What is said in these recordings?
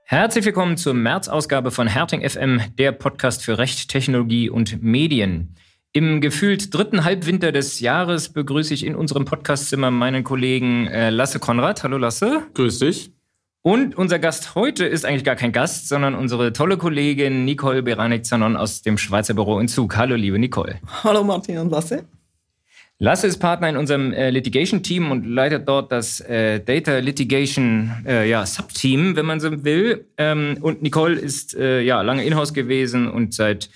Herzlich willkommen zur März-Ausgabe von Herting FM, der Podcast für Recht, Technologie und Medien. Im gefühlt dritten Halbwinter des Jahres begrüße ich in unserem Podcastzimmer meinen Kollegen Lasse Konrad. Hallo Lasse. Grüß dich. Und unser Gast heute ist eigentlich gar kein Gast, sondern unsere tolle Kollegin Nicole Beranek-Zanon aus dem Schweizer Büro in Zug. Hallo liebe Nicole. Hallo Martin und Lasse. Lasse ist Partner in unserem Litigation-Team und leitet dort das Data Litigation Subteam, wenn man so will. Und Nicole ist lange in-house gewesen und seit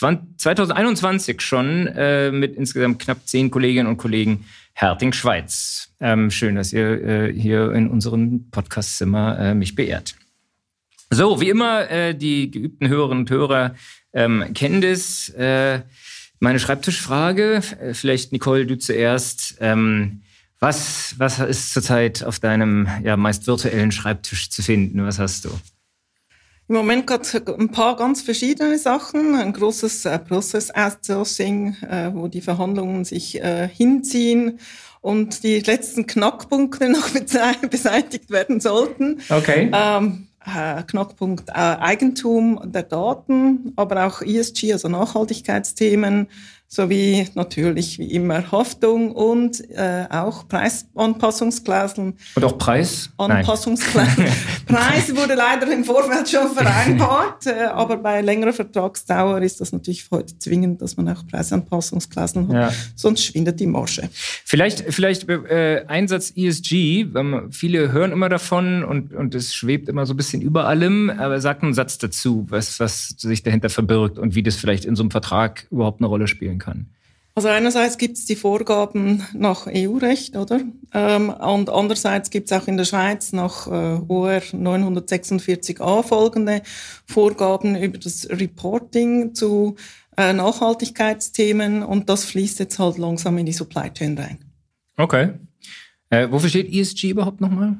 2021 schon mit insgesamt knapp 10 Kolleginnen und Kollegen Herting Schweiz. Schön, dass ihr hier in unserem Podcastzimmer mich beehrt. So, wie immer, die geübten Hörerinnen und Hörer kennen das. Meine Schreibtischfrage, vielleicht Nicole, du zuerst. Was ist zurzeit auf deinem meist virtuellen Schreibtisch zu finden? Was hast du? Im Moment gerade ein paar ganz verschiedene Sachen. Ein großes Process Outsourcing, wo die Verhandlungen sich hinziehen und die letzten Knackpunkte noch beseitigt werden sollten. Okay. Knackpunkt Eigentum der Daten, aber auch ESG, also Nachhaltigkeitsthemen, sowie natürlich wie immer Haftung und auch Preisanpassungsklauseln. Und auch Preis? Anpassungsklauseln. Preis wurde leider im Vorfeld schon vereinbart, aber bei längerer Vertragsdauer ist das natürlich heute zwingend, dass man auch Preisanpassungsklauseln hat, ja. Sonst schwindet die Marge. Vielleicht Einsatz ESG, viele hören immer davon und es schwebt immer so ein bisschen über allem, aber sag einen Satz dazu, was sich dahinter verbirgt und wie das vielleicht in so einem Vertrag überhaupt eine Rolle spielen kann. Also einerseits gibt es die Vorgaben nach EU-Recht, oder? Und andererseits gibt es auch in der Schweiz nach OR 946a folgende Vorgaben über das Reporting zu Nachhaltigkeitsthemen und das fließt jetzt halt langsam in die Supply Chain rein. Okay. Wofür steht ESG überhaupt nochmal?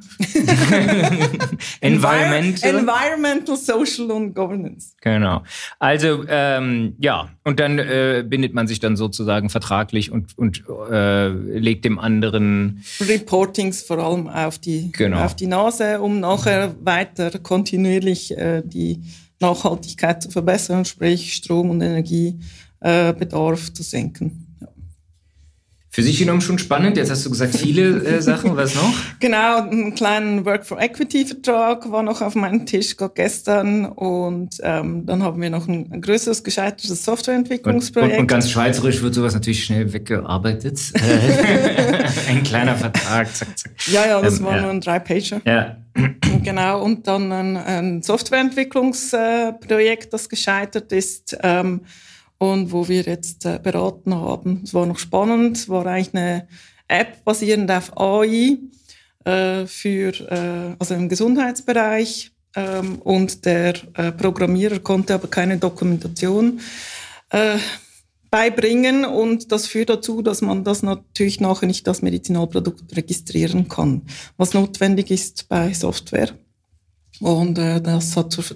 Environmental, Social und Governance. Genau. Also, und dann bindet man sich dann sozusagen vertraglich und legt dem anderen Reportings vor allem auf die Nase, um nachher weiter kontinuierlich die Nachhaltigkeit zu verbessern, sprich Strom- und Energiebedarf zu senken. Für sich genommen schon spannend. Jetzt hast du gesagt, viele Sachen. Was noch? Genau, einen kleinen Work-for-Equity-Vertrag war noch auf meinem Tisch gerade gestern. Und dann haben wir noch ein größeres gescheitertes Softwareentwicklungsprojekt. Und ganz schweizerisch wird sowas natürlich schnell weggearbeitet. Ein kleiner Vertrag, zack, zack. Ja, das war nur ein 3-Pager. Ja. Genau, und dann ein Softwareentwicklungsprojekt, das gescheitert ist. Und wo wir jetzt beraten haben. Es war noch spannend, es war eigentlich eine App basierend auf AI also im Gesundheitsbereich. Und der Programmierer konnte aber keine Dokumentation beibringen. Und das führt dazu, dass man das natürlich nachher nicht als Medizinalprodukt registrieren kann, was notwendig ist bei Software. Und das hat zur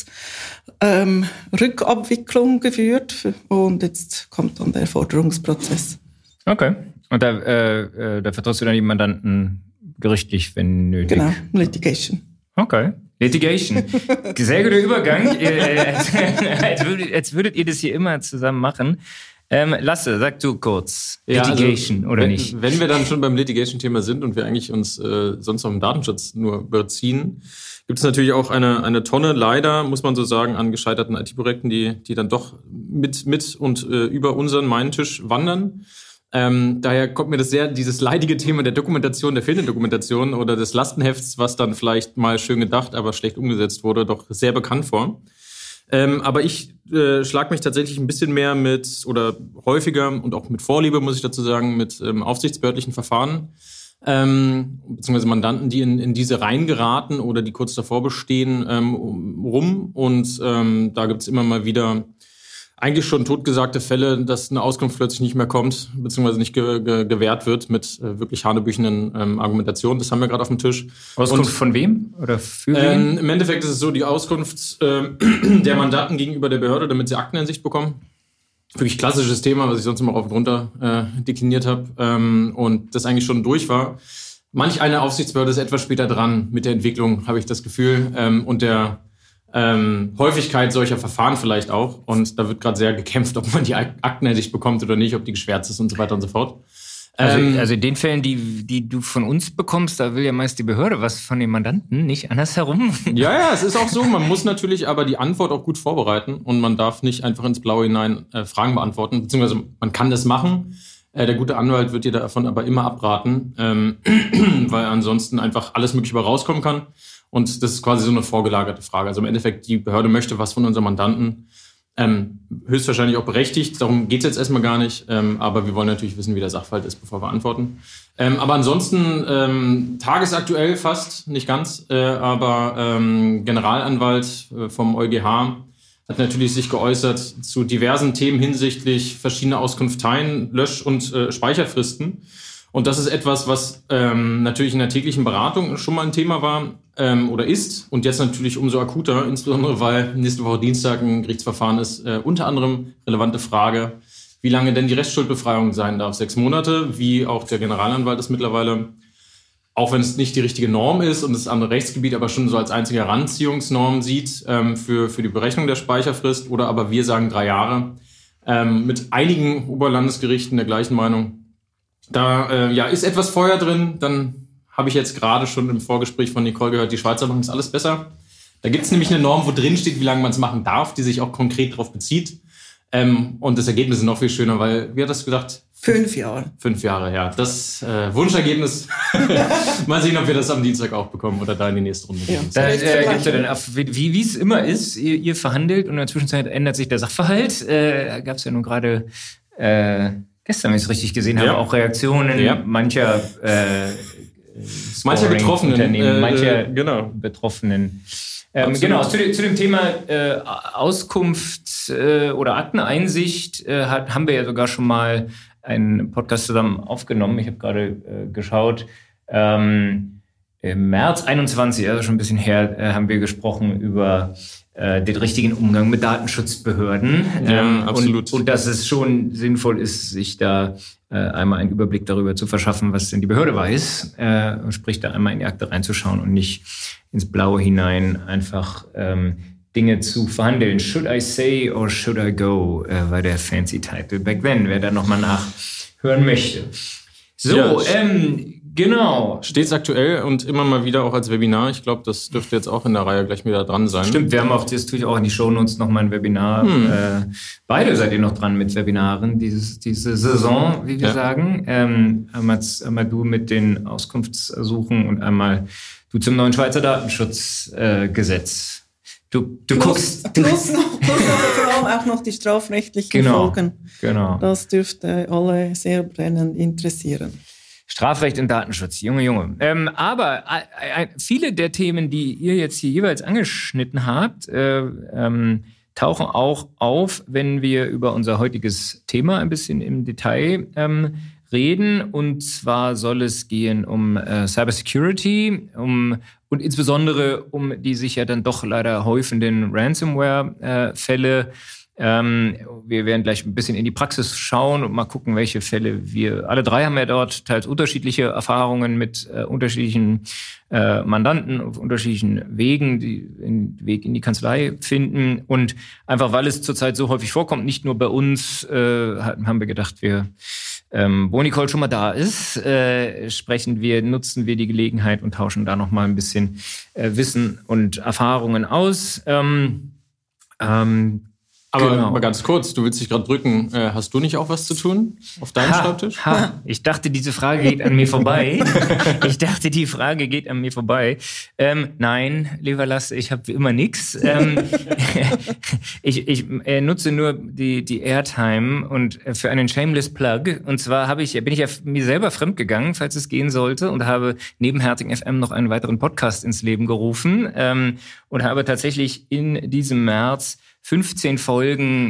Vertragsrückabwicklung geführt und jetzt kommt dann der Forderungsprozess. Okay. Und da vertrittst du dann die Mandanten gerichtlich, wenn nötig? Genau, Litigation. Okay. Litigation. Sehr guter Übergang. als würdet ihr das hier immer zusammen machen. Lasse, sag du kurz. Litigation, also, oder nicht? Wenn wir dann schon beim Litigation-Thema sind und wir eigentlich uns sonst auf den Datenschutz nur beziehen, gibt es natürlich auch eine Tonne, leider, muss man so sagen, an gescheiterten IT-Projekten, die dann doch mit und über meinen Tisch wandern. Daher kommt mir dieses leidige Thema der Dokumentation, der fehlenden Dokumentation oder des Lastenhefts, was dann vielleicht mal schön gedacht, aber schlecht umgesetzt wurde, doch sehr bekannt vor. Aber ich schlage mich tatsächlich ein bisschen mehr häufiger und auch mit Vorliebe, muss ich dazu sagen, mit aufsichtsbehördlichen Verfahren, beziehungsweise Mandanten, die in diese reingeraten oder die kurz davor bestehen, rum. Und da gibt's immer mal wieder eigentlich schon totgesagte Fälle, dass eine Auskunft plötzlich nicht mehr kommt, beziehungsweise nicht gewährt wird mit wirklich hanebüchenden Argumentationen. Das haben wir gerade auf dem Tisch. Auskunft von wem? Oder für wen? Im Endeffekt ist es so, die Auskunft der Mandanten gegenüber der Behörde, damit sie Akteneinsicht bekommen. Wirklich klassisches Thema, was ich sonst immer rauf und runter dekliniert habe und das eigentlich schon durch war. Manch eine Aufsichtsbehörde ist etwas später dran mit der Entwicklung, habe ich das Gefühl. Und der Häufigkeit solcher Verfahren vielleicht auch. Und da wird gerade sehr gekämpft, ob man die Akteneinsicht bekommt oder nicht, ob die geschwärzt ist und so weiter und so fort. Also in den Fällen, die du von uns bekommst, da will ja meist die Behörde was von dem Mandanten, nicht andersherum. Ja, es ist auch so. Man muss natürlich aber die Antwort auch gut vorbereiten und man darf nicht einfach ins Blaue hinein Fragen beantworten, beziehungsweise man kann das machen. Der gute Anwalt wird dir davon aber immer abraten, weil ansonsten einfach alles Mögliche bei rauskommen kann. Und das ist quasi so eine vorgelagerte Frage. Also im Endeffekt, die Behörde möchte was von unserem Mandanten. Höchstwahrscheinlich auch berechtigt, darum geht's jetzt erstmal gar nicht, aber wir wollen natürlich wissen, wie der Sachverhalt ist, bevor wir antworten. Aber ansonsten tagesaktuell fast, nicht ganz, aber Generalanwalt vom EuGH hat natürlich sich geäußert zu diversen Themen hinsichtlich verschiedener Auskunfteien, Lösch- und Speicherfristen. Und das ist etwas, was natürlich in der täglichen Beratung schon mal ein Thema war oder ist und jetzt natürlich umso akuter, insbesondere weil nächste Woche Dienstag ein Gerichtsverfahren ist. Unter anderem relevante Frage, wie lange denn die Restschuldbefreiung sein darf. 6 Monate, wie auch der Generalanwalt es mittlerweile, auch wenn es nicht die richtige Norm ist und das andere Rechtsgebiet aber schon so als einzige Heranziehungsnorm sieht für die Berechnung der Speicherfrist. Oder aber wir sagen 3 Jahre. Mit einigen Oberlandesgerichten der gleichen Meinung. Da ist etwas Feuer drin, dann habe ich jetzt gerade schon im Vorgespräch von Nicole gehört, die Schweizer machen es alles besser. Da gibt es nämlich eine Norm, wo drin steht, wie lange man es machen darf, die sich auch konkret darauf bezieht. Und das Ergebnis ist noch viel schöner, weil, wie hat das gesagt? 5 Jahre. 5 Jahre, ja. Das Wunschergebnis. Mal sehen, ob wir das am Dienstag auch bekommen oder da in die nächste Runde gehen. Da gibt's ja dann, wie es immer ist, ihr verhandelt und in der Zwischenzeit ändert sich der Sachverhalt. Gab es ja nun gerade gestern, wenn ich es richtig gesehen habe, auch Reaktionen mancher Betroffenen. Genau. Betroffenen. Genau, zu dem Thema Auskunft oder Akteneinsicht haben wir ja sogar schon mal einen Podcast zusammen aufgenommen. Ich habe gerade geschaut. Im März 21, also schon ein bisschen her, haben wir gesprochen über den richtigen Umgang mit Datenschutzbehörden. Ja, absolut. Und dass es schon sinnvoll ist, sich da einmal einen Überblick darüber zu verschaffen, was denn die Behörde weiß, sprich da einmal in die Akte reinzuschauen und nicht ins Blaue hinein einfach Dinge zu verhandeln. Should I say or should I go, war der fancy Title back then, wer da nochmal nachhören möchte. So, genau. Stets aktuell und immer mal wieder auch als Webinar. Ich glaube, das dürfte jetzt auch in der Reihe gleich wieder dran sein. Stimmt, wir haben auch, das tue ich auch in die Shownotes nochmal ein Webinar. Beide seid ihr noch dran mit Webinaren, diese Saison, wie wir sagen. Einmal du mit den Auskunftssuchen und einmal du zum neuen Schweizer Datenschutzgesetz. Du guckst. Plus vor allem auch noch die strafrechtlichen Folgen. Genau. Das dürfte alle sehr brennend interessieren. Strafrecht und Datenschutz, Junge. Aber viele der Themen, die ihr jetzt hier jeweils angeschnitten habt, tauchen auch auf, wenn wir über unser heutiges Thema ein bisschen im Detail reden. Und zwar soll es gehen um Cybersecurity, und insbesondere um die sich ja dann doch leider häufenden Ransomware-Fälle. Wir werden gleich ein bisschen in die Praxis schauen und mal gucken, welche Fälle wir, alle drei haben ja dort teils unterschiedliche Erfahrungen mit unterschiedlichen Mandanten auf unterschiedlichen Wegen, die den Weg in die Kanzlei finden. Und einfach, weil es zurzeit so häufig vorkommt, nicht nur bei uns, haben wir gedacht, wo Nicole schon mal da ist, nutzen wir die Gelegenheit und tauschen da noch mal ein bisschen Wissen und Erfahrungen aus. Aber mal ganz kurz, du willst dich gerade drücken. Hast du nicht auch was zu tun auf deinem Schreibtisch? Ich dachte, diese Frage geht an mir vorbei. Nein, lieber Lasse, ich habe wie immer nichts. Ich nutze nur die Airtime und für einen Shameless Plug. Und zwar bin ich ja mir selber fremdgegangen, falls es gehen sollte, und habe neben Herting FM noch einen weiteren Podcast ins Leben gerufen und habe tatsächlich in diesem März 15 Folgen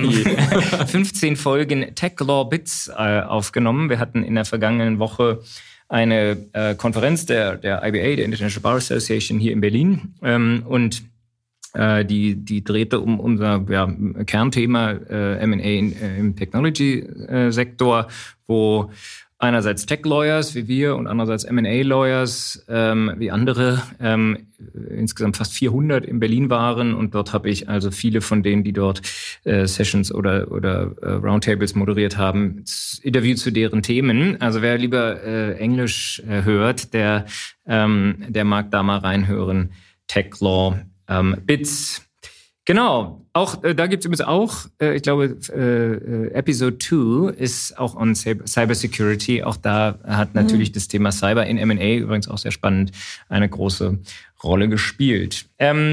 Tech Law Bits aufgenommen. Wir hatten in der vergangenen Woche eine Konferenz der IBA, der International Bar Association hier in Berlin, und die drehte um unser Kernthema M&A im Technology-Sektor, wo einerseits Tech-Lawyers wie wir und andererseits M&A-Lawyers wie andere, insgesamt fast 400 in Berlin waren. Und dort habe ich also viele von denen, die dort Sessions oder Roundtables moderiert haben, interviewt zu deren Themen. Also wer lieber Englisch hört, der mag da mal reinhören. Tech Law Bits. Genau, auch da gibt es übrigens auch, ich glaube, Episode 2 ist auch on Cybersecurity. Auch da hat natürlich das Thema Cyber in M&A, übrigens auch sehr spannend, eine große Rolle gespielt.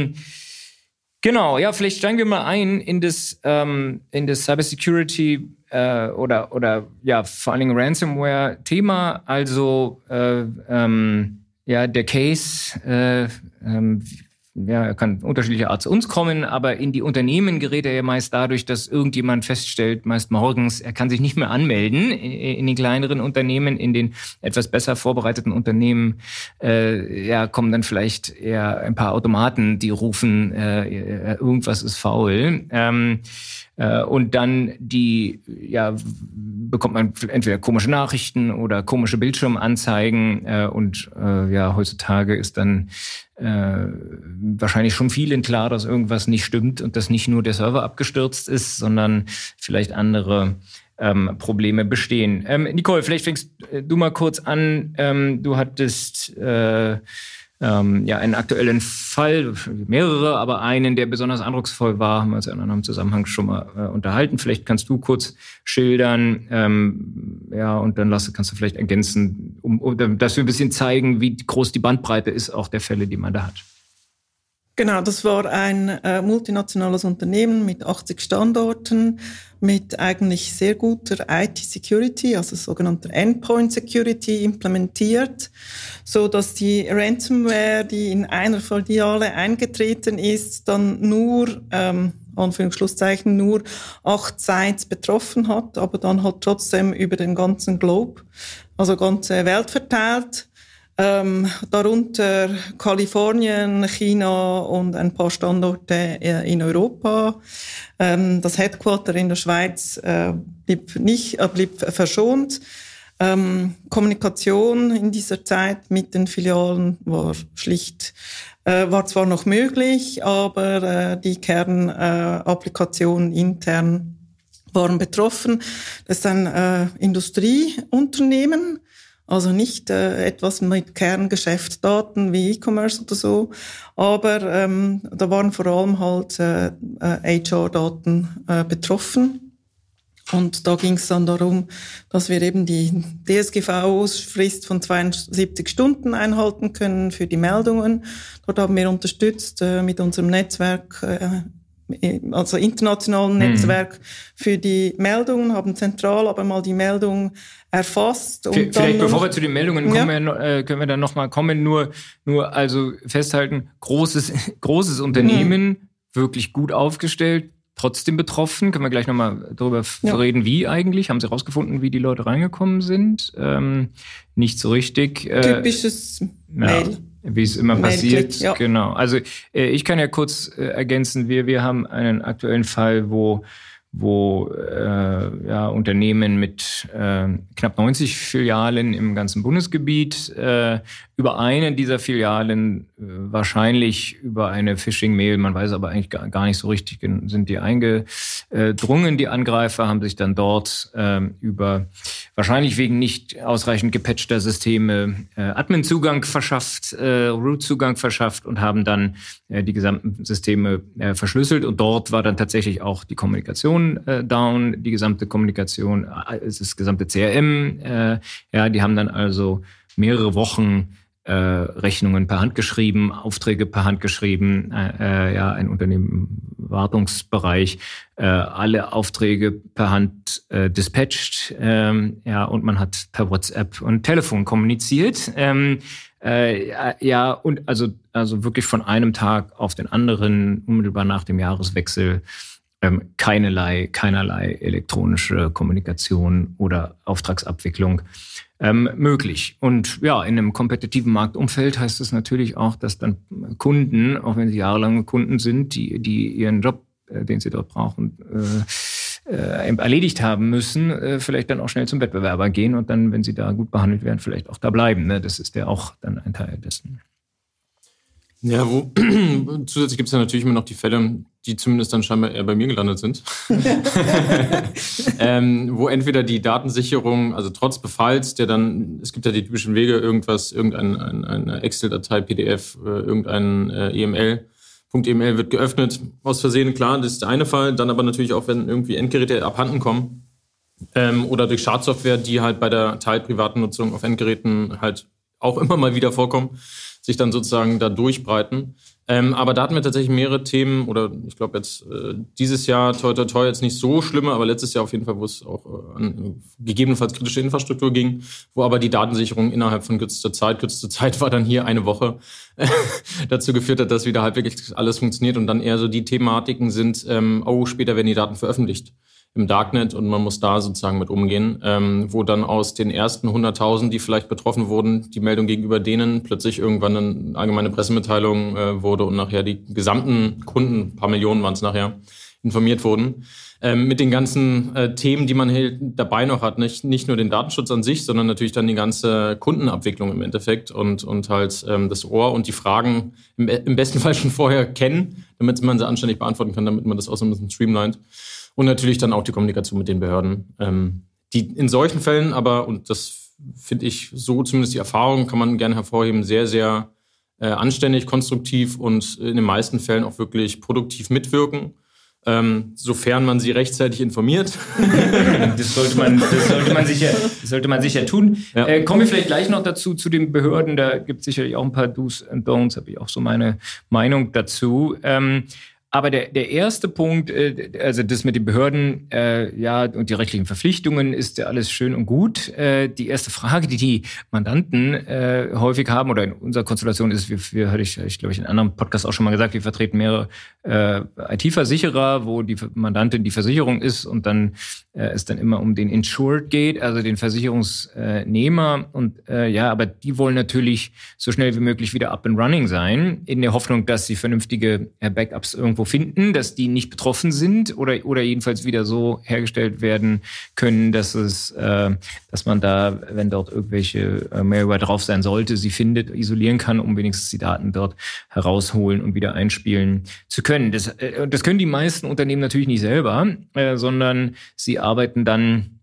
Genau, ja, vielleicht steigen wir mal ein in das Cybersecurity oder ja, vor allen Dingen Ransomware-Thema. Also ja, der Case, ja, er kann unterschiedlicher Art zu uns kommen, aber in die Unternehmen gerät er ja meist dadurch, dass irgendjemand feststellt, meist morgens, er kann sich nicht mehr anmelden in den kleineren Unternehmen. In den etwas besser vorbereiteten Unternehmen ja, kommen dann vielleicht eher ein paar Automaten, die rufen, irgendwas ist faul. Und dann bekommt man entweder komische Nachrichten oder komische Bildschirmanzeigen und ja, heutzutage ist dann wahrscheinlich schon vielen klar, dass irgendwas nicht stimmt und dass nicht nur der Server abgestürzt ist, sondern vielleicht andere Probleme bestehen. Nicole, vielleicht fängst du mal kurz an. Du hattest ja, einen aktuellen Fall, mehrere, aber einen, der besonders eindrucksvoll war, haben wir uns in einem Zusammenhang schon mal unterhalten. Vielleicht kannst du kurz schildern, ja, und dann kannst du vielleicht ergänzen, dass wir ein bisschen zeigen, wie groß die Bandbreite ist, auch der Fälle, die man da hat. Genau, das war ein multinationales Unternehmen mit 80 Standorten, mit eigentlich sehr guter IT-Security, also sogenannter Endpoint-Security implementiert, so dass die Ransomware, die in einer Filiale eingetreten ist, dann nur, Anführungsschlusszeichen, nur 8 Sites betroffen hat, aber dann halt trotzdem über den ganzen Globe, also ganze Welt verteilt. Darunter Kalifornien, China und ein paar Standorte in Europa. Das Headquarter in der Schweiz blieb verschont. Kommunikation in dieser Zeit mit den Filialen war zwar noch möglich, aber die Kernapplikationen intern waren betroffen. Das ist ein Industrieunternehmen. Also nicht etwas mit Kerngeschäftsdaten wie E-Commerce oder so, aber da waren vor allem halt HR-Daten betroffen. Und da ging es dann darum, dass wir eben die DSGVO-Frist von 72 Stunden einhalten können für die Meldungen. Dort haben wir unterstützt mit unserem Netzwerk, also internationalen Netzwerk für die Meldungen, haben zentral aber mal die Meldung erfasst. Und vielleicht dann bevor wir zu den Meldungen kommen, können wir dann nochmal kommen, nur also festhalten, großes Unternehmen, wirklich gut aufgestellt, trotzdem betroffen. Können wir gleich nochmal darüber reden, wie eigentlich? Haben Sie rausgefunden, wie die Leute reingekommen sind? Nicht so richtig. Typisches Mail. Wie es immer passiert, ja. Genau. Also ich kann ja kurz ergänzen, wir haben einen aktuellen Fall, wo ja, Unternehmen mit knapp 90 Filialen im ganzen Bundesgebiet über eine dieser Filialen wahrscheinlich über eine Phishing-Mail, man weiß aber eigentlich gar nicht so richtig, sind die eingedrungen, die Angreifer, haben sich dann dort über wahrscheinlich wegen nicht ausreichend gepatchter Systeme Admin-Zugang verschafft, Root-Zugang verschafft und haben dann die gesamten Systeme verschlüsselt und dort war dann tatsächlich auch die Kommunikation down, die gesamte Kommunikation, das gesamte CRM, ja, die haben dann also mehrere Wochen Rechnungen per Hand geschrieben, Aufträge per Hand geschrieben, ja, ein Unternehmen im Wartungsbereich, alle Aufträge per Hand dispatcht, ja, und man hat per WhatsApp und Telefon kommuniziert, ja, und also wirklich von einem Tag auf den anderen, unmittelbar nach dem Jahreswechsel, keinerlei elektronische Kommunikation oder Auftragsabwicklung möglich. Und ja, in einem kompetitiven Marktumfeld heißt es natürlich auch, dass dann Kunden, auch wenn sie jahrelange Kunden sind, die ihren Job, den sie dort brauchen, erledigt haben müssen, vielleicht dann auch schnell zum Wettbewerber gehen und dann, wenn sie da gut behandelt werden, vielleicht auch da bleiben. Ne? Das ist ja auch dann ein Teil dessen. Ja, zusätzlich gibt es ja natürlich immer noch die Fälle, die zumindest dann scheinbar eher bei mir gelandet sind, wo entweder die Datensicherung, also trotz Befalls, es gibt ja die typischen Wege, irgendeine Excel-Datei, PDF, irgendein .eml wird geöffnet, aus Versehen, klar, das ist der eine Fall, dann aber natürlich auch, wenn irgendwie Endgeräte abhanden kommen oder durch Schadsoftware, die halt bei der teilprivaten Nutzung auf Endgeräten halt auch immer mal wieder vorkommen, sich dann sozusagen da durchbreiten. Aber da hatten wir tatsächlich mehrere Themen, oder ich glaube jetzt dieses Jahr, toi toi toi, jetzt nicht so schlimme, aber letztes Jahr auf jeden Fall, wo es auch an gegebenenfalls kritische Infrastruktur ging, wo aber die Datensicherung innerhalb von kürzester Zeit war dann hier eine Woche, dazu geführt hat, dass wieder halbwegs alles funktioniert und dann eher so die Thematiken sind, später werden die Daten veröffentlicht im Darknet und man muss da sozusagen mit umgehen, wo dann aus den ersten 100.000, die vielleicht betroffen wurden, die Meldung gegenüber denen plötzlich irgendwann eine allgemeine Pressemitteilung wurde und nachher die gesamten Kunden, ein paar Millionen waren es nachher, informiert wurden. Mit den ganzen Themen, die man hier dabei noch hat, nicht nur den Datenschutz an sich, sondern natürlich dann die ganze Kundenabwicklung im Endeffekt und halt das Ohr und die Fragen im besten Fall schon vorher kennen, damit man sie anständig beantworten kann, damit man das auch so ein bisschen streamlined. Und natürlich dann auch die Kommunikation mit den Behörden, die in solchen Fällen aber, und das finde ich so zumindest die Erfahrung, kann man gerne hervorheben, sehr, sehr anständig, konstruktiv und in den meisten Fällen auch wirklich produktiv mitwirken. Sofern man sie rechtzeitig informiert. Das sollte man sicher tun. Ja. Kommen wir vielleicht gleich noch dazu, zu den Behörden. Da gibt es sicherlich auch ein paar Do's and Don'ts, habe ich auch so meine Meinung dazu. Aber der erste Punkt, also das mit den Behörden, und die rechtlichen Verpflichtungen, ist ja alles schön und gut. Die erste Frage, die Mandanten häufig haben, oder in unserer Konstellation ist, hatte ich glaube ich in einem anderen Podcast auch schon mal gesagt, wir vertreten mehrere IT-Versicherer, wo die Mandantin die Versicherung ist und dann es dann immer um den Insured geht, also den Versicherungsnehmer. Und aber die wollen natürlich so schnell wie möglich wieder up and running sein, in der Hoffnung, dass sie vernünftige Backups irgendwo finden, dass die nicht betroffen sind oder jedenfalls wieder so hergestellt werden können, dass man da, wenn dort irgendwelche Malware drauf sein sollte, sie findet, isolieren kann, um wenigstens die Daten dort herausholen und wieder einspielen zu können. Das können die meisten Unternehmen natürlich nicht selber, sondern sie arbeiten dann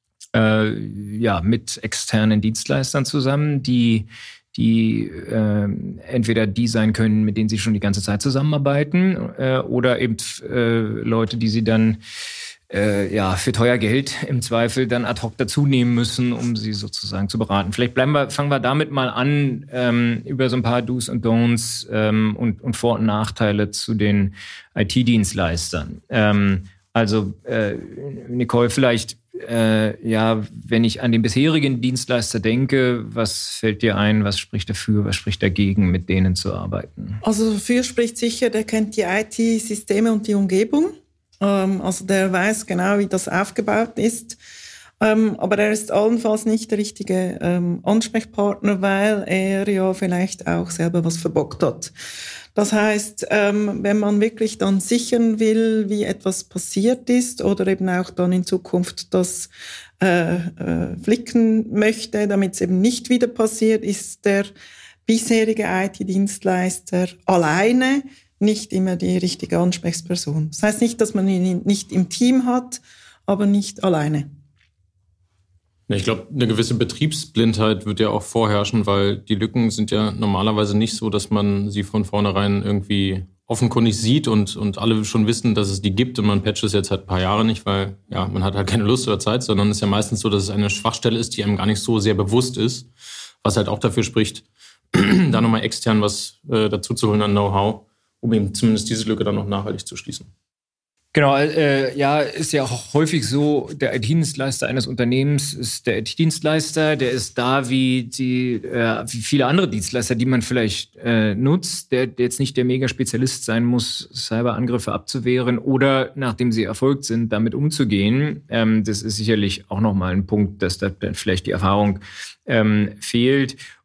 mit externen Dienstleistern zusammen, die entweder die sein können, mit denen sie schon die ganze Zeit zusammenarbeiten, oder eben Leute, die sie dann für teuer Geld im Zweifel dann ad hoc dazu nehmen müssen, um sie sozusagen zu beraten. Vielleicht fangen wir damit mal an, über so ein paar Do's und Don'ts und Vor- und Nachteile zu den IT-Dienstleistern. Nicole, vielleicht wenn ich an den bisherigen Dienstleister denke, was fällt dir ein, was spricht dafür, was spricht dagegen, mit denen zu arbeiten? Also dafür spricht sicher, der kennt die IT-Systeme und die Umgebung. Also der weiß genau, wie das aufgebaut ist. Aber er ist allenfalls nicht der richtige Ansprechpartner, weil er ja vielleicht auch selber was verbockt hat. Das heißt, wenn man wirklich dann sichern will, wie etwas passiert ist oder eben auch dann in Zukunft das flicken möchte, damit es eben nicht wieder passiert, ist der bisherige IT-Dienstleister alleine nicht immer die richtige Ansprechperson. Das heißt nicht, dass man ihn nicht im Team hat, aber nicht alleine. Ich glaube, eine gewisse Betriebsblindheit wird ja auch vorherrschen, weil die Lücken sind ja normalerweise nicht so, dass man sie von vornherein irgendwie offenkundig sieht und alle schon wissen, dass es die gibt und man patcht es jetzt halt ein paar Jahre nicht, weil man hat halt keine Lust oder Zeit, sondern es ist ja meistens so, dass es eine Schwachstelle ist, die einem gar nicht so sehr bewusst ist, was halt auch dafür spricht, da nochmal extern was dazu zu holen an Know-how, um eben zumindest diese Lücke dann noch nachhaltig zu schließen. Genau, ist ja auch häufig so, der IT-Dienstleister eines Unternehmens ist der IT-Dienstleister, der ist da wie viele andere Dienstleister, die man vielleicht nutzt, der jetzt nicht der Mega-Spezialist sein muss, Cyberangriffe abzuwehren oder, nachdem sie erfolgt sind, damit umzugehen. Das ist sicherlich auch nochmal ein Punkt, dass da vielleicht die Erfahrung fehlt.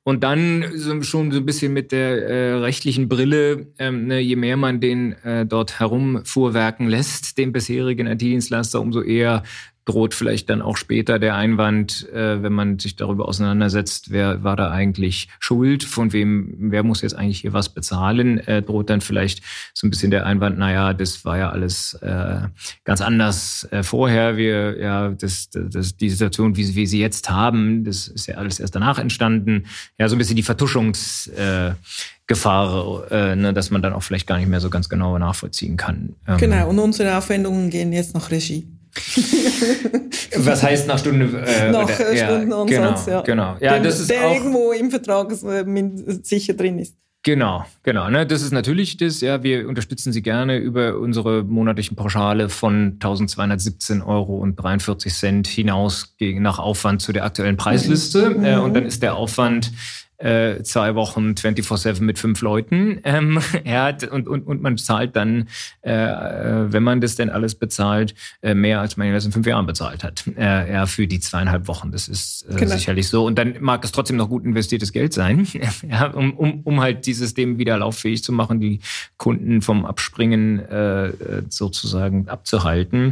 Und dann schon so ein bisschen mit der rechtlichen Brille, je mehr man den dort herumfuhrwerken lässt, den bisherigen IT-Dienstleister, umso eher droht vielleicht dann auch später der Einwand, wenn man sich darüber auseinandersetzt, wer war da eigentlich schuld, wer muss jetzt eigentlich hier was bezahlen, droht dann vielleicht so ein bisschen der Einwand, naja, das war ja alles ganz anders vorher. Die Situation, wie wir sie jetzt haben, das ist ja alles erst danach entstanden. Ja, so ein bisschen die Vertuschungsgefahr, dass man dann auch vielleicht gar nicht mehr so ganz genau nachvollziehen kann. Genau, und unsere Aufwendungen gehen jetzt nach Regie. Was heißt nach Stunde? Stundenansatz, genau. Ja, das ist der auch irgendwo im Vertrag sicher drin ist. Genau. Ne, das ist natürlich das. Ja, wir unterstützen Sie gerne über unsere monatlichen Pauschale von 1.217,43 € hinaus nach Aufwand zu der aktuellen Preisliste. Und dann ist der Aufwand 2 Wochen 24/7 mit 5 Leuten. Und man zahlt dann, wenn man das denn alles bezahlt, mehr als man das in 5 Jahren bezahlt hat. Für die 2,5 Wochen. Das ist sicherlich so. Und dann mag es trotzdem noch gut investiertes Geld sein, um halt die Systeme wieder lauffähig zu machen, die Kunden vom Abspringen sozusagen abzuhalten.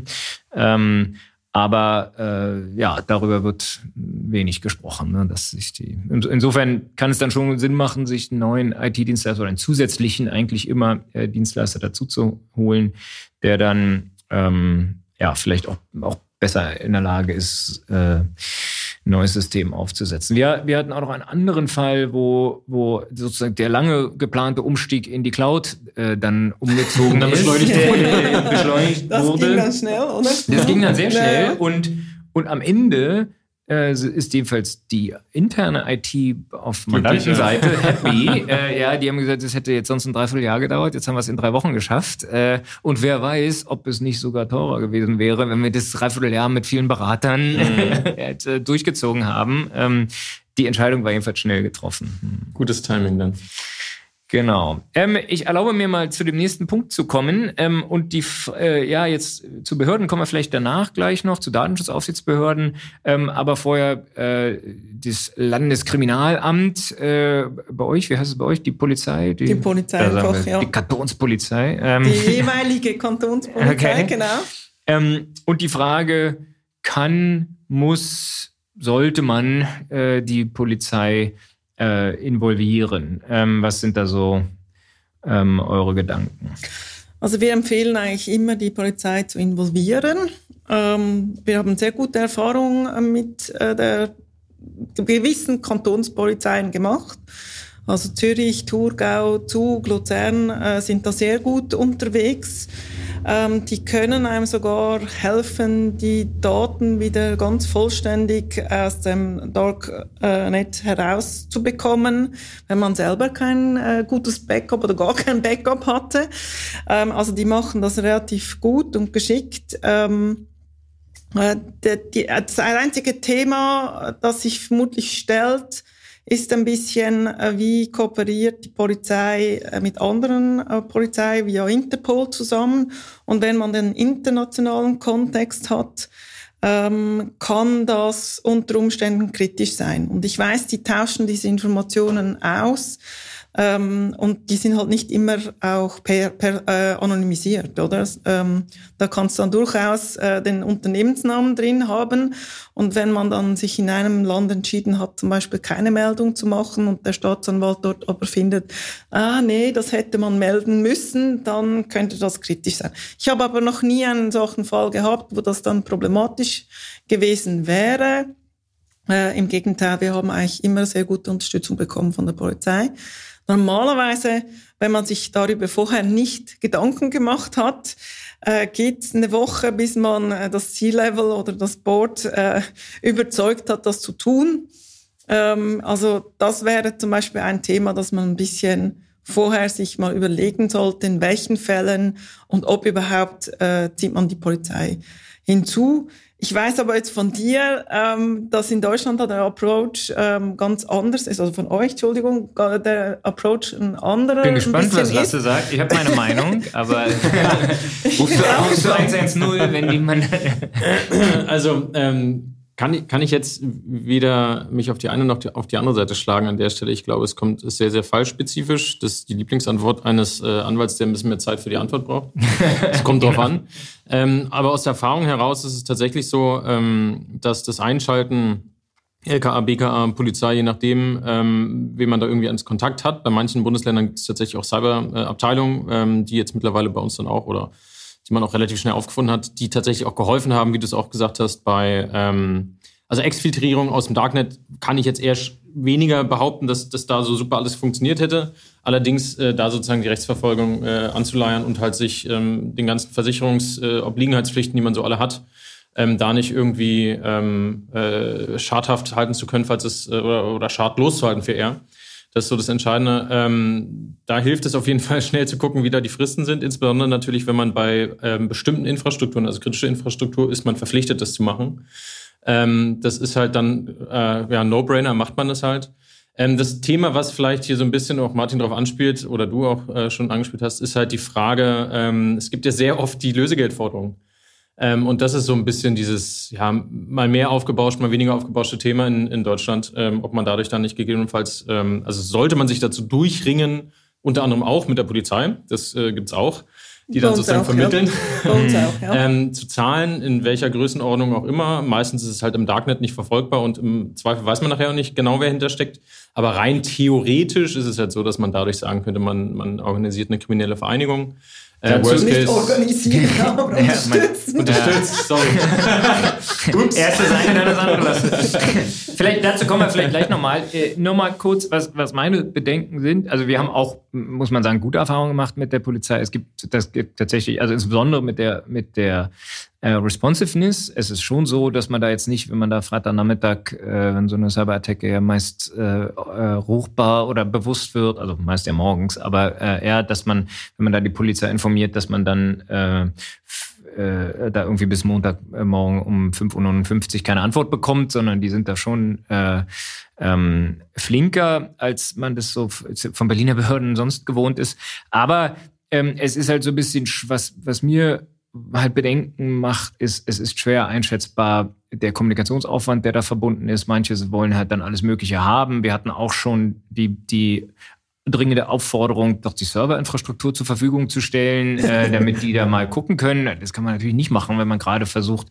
Aber darüber wird wenig gesprochen. Ne? Insofern kann es dann schon Sinn machen, sich einen neuen IT-Dienstleister oder einen zusätzlichen eigentlich immer Dienstleister dazu zu holen, der dann vielleicht auch besser in der Lage ist, ein neues System aufzusetzen. Wir hatten auch noch einen anderen Fall, wo sozusagen der lange geplante Umstieg in die Cloud dann umgezogen ist. Beschleunigt das wurde. Das ging ganz schnell, oder? Das ging dann sehr schnell und am Ende ist jedenfalls die interne IT auf Mandantenseite happy. Die haben gesagt, es hätte jetzt sonst ein Dreivierteljahr gedauert, jetzt haben wir es in 3 Wochen geschafft. Und wer weiß, ob es nicht sogar teurer gewesen wäre, wenn wir das Dreivierteljahr mit vielen Beratern durchgezogen haben. Die Entscheidung war jedenfalls schnell getroffen. Gutes Timing dann. Genau. Ich erlaube mir mal zu dem nächsten Punkt zu kommen. Und jetzt zu Behörden kommen wir vielleicht danach gleich noch, zu Datenschutzaufsichtsbehörden. Aber vorher das Landeskriminalamt bei euch, wie heißt es bei euch? Die Polizei? Die Polizei einfach, ja. Die Kantonspolizei. Die jeweilige Kantonspolizei, okay. Genau. Und die Frage, sollte man die Polizei involvieren. Was sind da so eure Gedanken? Also wir empfehlen eigentlich immer, die Polizei zu involvieren. Wir haben sehr gute Erfahrungen mit der gewissen Kantonspolizeien gemacht. Also Zürich, Thurgau, Zug, Luzern sind da sehr gut unterwegs. Die können einem sogar helfen, die Daten wieder ganz vollständig aus dem Darknet herauszubekommen, wenn man selber kein gutes Backup oder gar kein Backup hatte. Also die machen das relativ gut und geschickt. Das einzige Thema, das sich vermutlich stellt, ist ein bisschen, wie kooperiert die Polizei mit anderen Polizei via Interpol zusammen. Und wenn man den internationalen Kontext hat, kann das unter Umständen kritisch sein. Und ich weiß, die tauschen diese Informationen aus. Und die sind halt nicht immer auch anonymisiert, oder? Da kannst du dann durchaus den Unternehmensnamen drin haben. Und wenn man dann sich in einem Land entschieden hat, zum Beispiel keine Meldung zu machen und der Staatsanwalt dort aber findet, das hätte man melden müssen, dann könnte das kritisch sein. Ich habe aber noch nie einen solchen Fall gehabt, wo das dann problematisch gewesen wäre. Im Gegenteil, wir haben eigentlich immer sehr gute Unterstützung bekommen von der Polizei. Normalerweise, wenn man sich darüber vorher nicht Gedanken gemacht hat, geht's eine Woche, bis man das C-Level oder das Board überzeugt hat, das zu tun. Also das wäre zum Beispiel ein Thema, das man ein bisschen vorher sich mal überlegen sollte, in welchen Fällen und ob überhaupt zieht man die Polizei hinzu. Ich weiß aber jetzt von dir, dass in Deutschland der Approach ganz anders ist. Also von euch, Entschuldigung, der Approach ein anderer. Ich bin gespannt, was Lasse sagt. Ich habe meine Meinung, aber rufst du 110, wenn jemand... Also kann ich jetzt weder mich auf die eine noch auf die andere Seite schlagen an der Stelle. Ich glaube, ist sehr, sehr fallspezifisch. Das ist die Lieblingsantwort eines Anwalts, der ein bisschen mehr Zeit für die Antwort braucht. Es kommt drauf an. Aber aus der Erfahrung heraus ist es tatsächlich so, dass das Einschalten LKA, BKA, Polizei, je nachdem, wen man da irgendwie ans Kontakt hat. Bei manchen Bundesländern gibt es tatsächlich auch Cyberabteilungen, die jetzt mittlerweile bei uns dann auch oder die man auch relativ schnell aufgefunden hat, die tatsächlich auch geholfen haben, wie du es auch gesagt hast, bei also Exfiltrierung aus dem Darknet kann ich jetzt eher weniger behaupten, dass da so super alles funktioniert hätte. Allerdings da sozusagen die Rechtsverfolgung anzuleiern und halt sich den ganzen Versicherungsobliegenheitspflichten, die man so alle hat, da nicht irgendwie schadhaft halten zu können, falls es oder schadlos zu halten für eher. Das ist so das Entscheidende. Da hilft es auf jeden Fall, schnell zu gucken, wie da die Fristen sind. Insbesondere natürlich, wenn man bei bestimmten Infrastrukturen, also kritische Infrastruktur, ist man verpflichtet, das zu machen. Das ist halt dann ein No-Brainer, macht man das halt. Das Thema, was vielleicht hier so ein bisschen auch Martin drauf anspielt oder du auch schon angespielt hast, ist halt die Frage, es gibt ja sehr oft die Lösegeldforderung. Und das ist so ein bisschen dieses, mal mehr aufgebauscht, mal weniger aufgebauschte Thema in Deutschland, ob man dadurch dann nicht gegebenenfalls, also sollte man sich dazu durchringen, unter anderem auch mit der Polizei, das gibt's auch, die dann sozusagen vermitteln, zu zahlen, in welcher Größenordnung auch immer. Meistens ist es halt im Darknet nicht verfolgbar und im Zweifel weiß man nachher auch nicht genau, wer hintersteckt. Aber rein theoretisch ist es halt so, dass man dadurch sagen könnte, man organisiert eine kriminelle Vereinigung. Nicht organisieren, aber unterstützt, sorry. Ups. Erste Seite, dann das andere lassen. Vielleicht, dazu kommen wir vielleicht gleich nochmal. Nur mal kurz, was meine Bedenken sind. Also wir haben auch, muss man sagen, gute Erfahrungen gemacht mit der Polizei. Es gibt tatsächlich, also insbesondere mit der Responsiveness. Es ist schon so, dass man da jetzt nicht, wenn man da Freitagnachmittag, wenn so eine Cyberattacke ja meist ruchbar oder bewusst wird, also meist ja morgens, aber eher, dass man, wenn man da die Polizei informiert, dass man dann da irgendwie bis Montagmorgen um 5:59 Uhr keine Antwort bekommt, sondern die sind da schon flinker, als man das so von Berliner Behörden sonst gewohnt ist. Aber es ist halt so ein bisschen, was mir halt Bedenken macht, es ist schwer einschätzbar, der Kommunikationsaufwand, der da verbunden ist. Manche wollen halt dann alles Mögliche haben. Wir hatten auch schon die dringende Aufforderung, doch die Serverinfrastruktur zur Verfügung zu stellen, damit die da mal gucken können. Das kann man natürlich nicht machen, wenn man gerade versucht,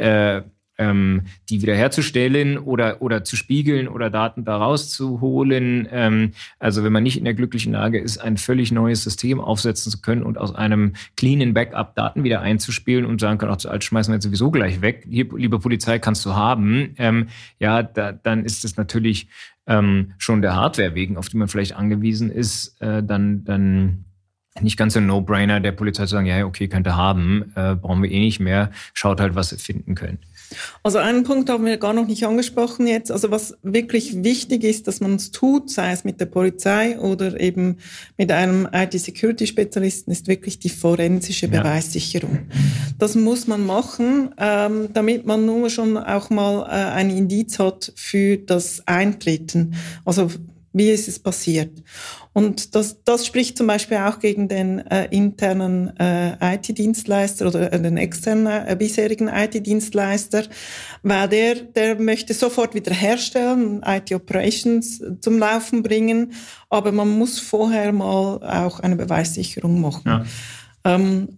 die wiederherzustellen oder zu spiegeln oder Daten da rauszuholen. Also wenn man nicht in der glücklichen Lage ist, ein völlig neues System aufsetzen zu können und aus einem cleanen Backup Daten wieder einzuspielen und sagen können, ach, zu alt schmeißen wir jetzt sowieso gleich weg. Hier, liebe Polizei, kannst du haben. Dann ist es natürlich schon der Hardware wegen, auf die man vielleicht angewiesen ist, dann nicht ganz ein No-Brainer der Polizei zu sagen, ja, okay, könnt ihr haben, brauchen wir eh nicht mehr, schaut halt, was ihr finden könnt. Also einen Punkt haben wir gar noch nicht angesprochen jetzt. Also was wirklich wichtig ist, dass man es tut, sei es mit der Polizei oder eben mit einem IT-Security-Spezialisten, ist wirklich die forensische Beweissicherung. Das muss man machen, damit man nur schon auch mal ein Indiz hat für das Eintreten. Also wie ist es passiert? Und das spricht zum Beispiel auch gegen den internen IT-Dienstleister oder den externen bisherigen IT-Dienstleister, weil der möchte sofort wieder herstellen, IT-Operations zum Laufen bringen, aber man muss vorher mal auch eine Beweissicherung machen. Ja.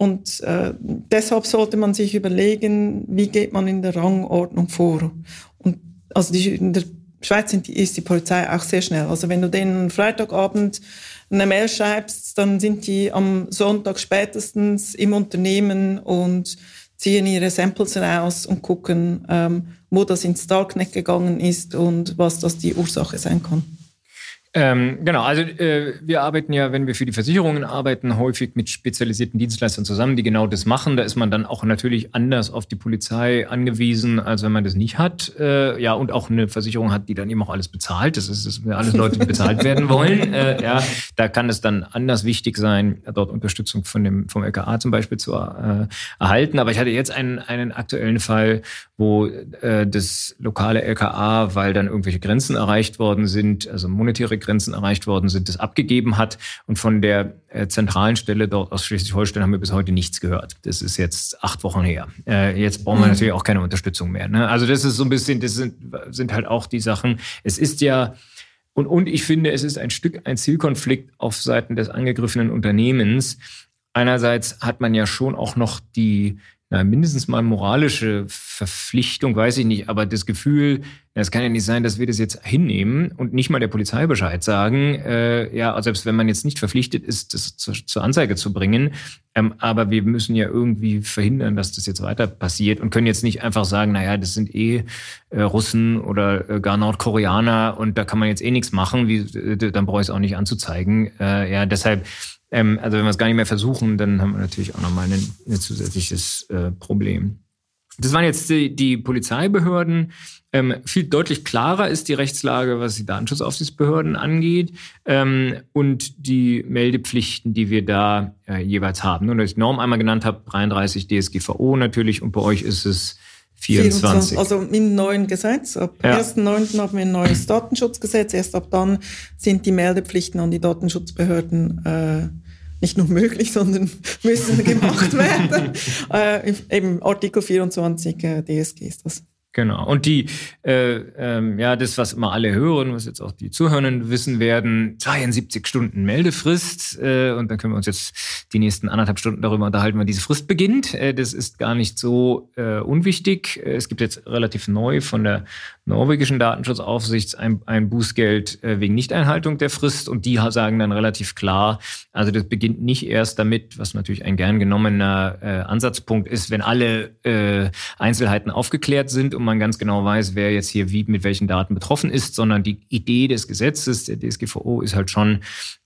Deshalb sollte man sich überlegen, wie geht man in der Rangordnung vor. Und also in der Schweiz ist die Polizei auch sehr schnell. Also wenn du denen Freitagabend eine Mail schreibst, dann sind die am Sonntag spätestens im Unternehmen und ziehen ihre Samples raus und gucken, wo das ins Darknet gegangen ist und was das die Ursache sein kann. Genau, also wir arbeiten ja, wenn wir für die Versicherungen arbeiten, häufig mit spezialisierten Dienstleistern zusammen, die genau das machen. Da ist man dann auch natürlich anders auf die Polizei angewiesen, als wenn man das nicht hat. Und auch eine Versicherung hat, die dann eben auch alles bezahlt. Das ist alles Leute, die bezahlt werden wollen. Da kann es dann anders wichtig sein, dort Unterstützung vom LKA zum Beispiel zu erhalten. Aber ich hatte jetzt einen aktuellen Fall, wo das lokale LKA, weil dann irgendwelche Grenzen erreicht worden sind, also monetäre Grenzen erreicht worden sind, das abgegeben hat. Und von der zentralen Stelle dort aus Schleswig-Holstein haben wir bis heute nichts gehört. Das ist jetzt 8 Wochen her. Jetzt brauchen wir natürlich auch keine Unterstützung mehr. Ne? Also das ist so ein bisschen, das sind halt auch die Sachen. Es ist ja, und ich finde, es ist ein Zielkonflikt auf Seiten des angegriffenen Unternehmens. Einerseits hat man ja schon auch noch die mindestens mal moralische Verpflichtung, weiß ich nicht, aber das Gefühl, es kann ja nicht sein, dass wir das jetzt hinnehmen und nicht mal der Polizei Bescheid sagen, selbst wenn man jetzt nicht verpflichtet ist, das zur Anzeige zu bringen, aber wir müssen ja irgendwie verhindern, dass das jetzt weiter passiert und können jetzt nicht einfach sagen, das sind Russen oder gar Nordkoreaner und da kann man jetzt nichts machen, dann brauche ich es auch nicht anzuzeigen. Deshalb wenn wir es gar nicht mehr versuchen, dann haben wir natürlich auch nochmal ein zusätzliches Problem. Das waren jetzt die Polizeibehörden. Viel deutlich klarer ist die Rechtslage, was die Datenschutzaufsichtsbehörden angeht und die Meldepflichten, die wir da jeweils haben. Und, dass ich die Norm einmal genannt habe, 33 DSGVO natürlich und bei euch ist es 24. Also im neuen Gesetz. Ab 1.9. haben wir ein neues Datenschutzgesetz. Erst ab dann sind die Meldepflichten an die Datenschutzbehörden nicht nur möglich, sondern müssen gemacht werden. Eben Artikel 24 DSG ist das. Genau. Und das, was immer alle hören, was jetzt auch die Zuhörenden wissen werden, 72 Stunden Meldefrist. Und dann können wir uns jetzt die nächsten 1,5 Stunden darüber unterhalten, wann diese Frist beginnt. Das ist gar nicht so unwichtig. Es gibt jetzt relativ neu von der norwegischen Datenschutzaufsicht ein Bußgeld wegen Nichteinhaltung der Frist. Und die sagen dann relativ klar, also das beginnt nicht erst damit, was natürlich ein gern genommener Ansatzpunkt ist, wenn alle Einzelheiten aufgeklärt sind und man ganz genau weiß, wer jetzt hier wie mit welchen Daten betroffen ist, sondern die Idee des Gesetzes, der DSGVO, ist halt schon,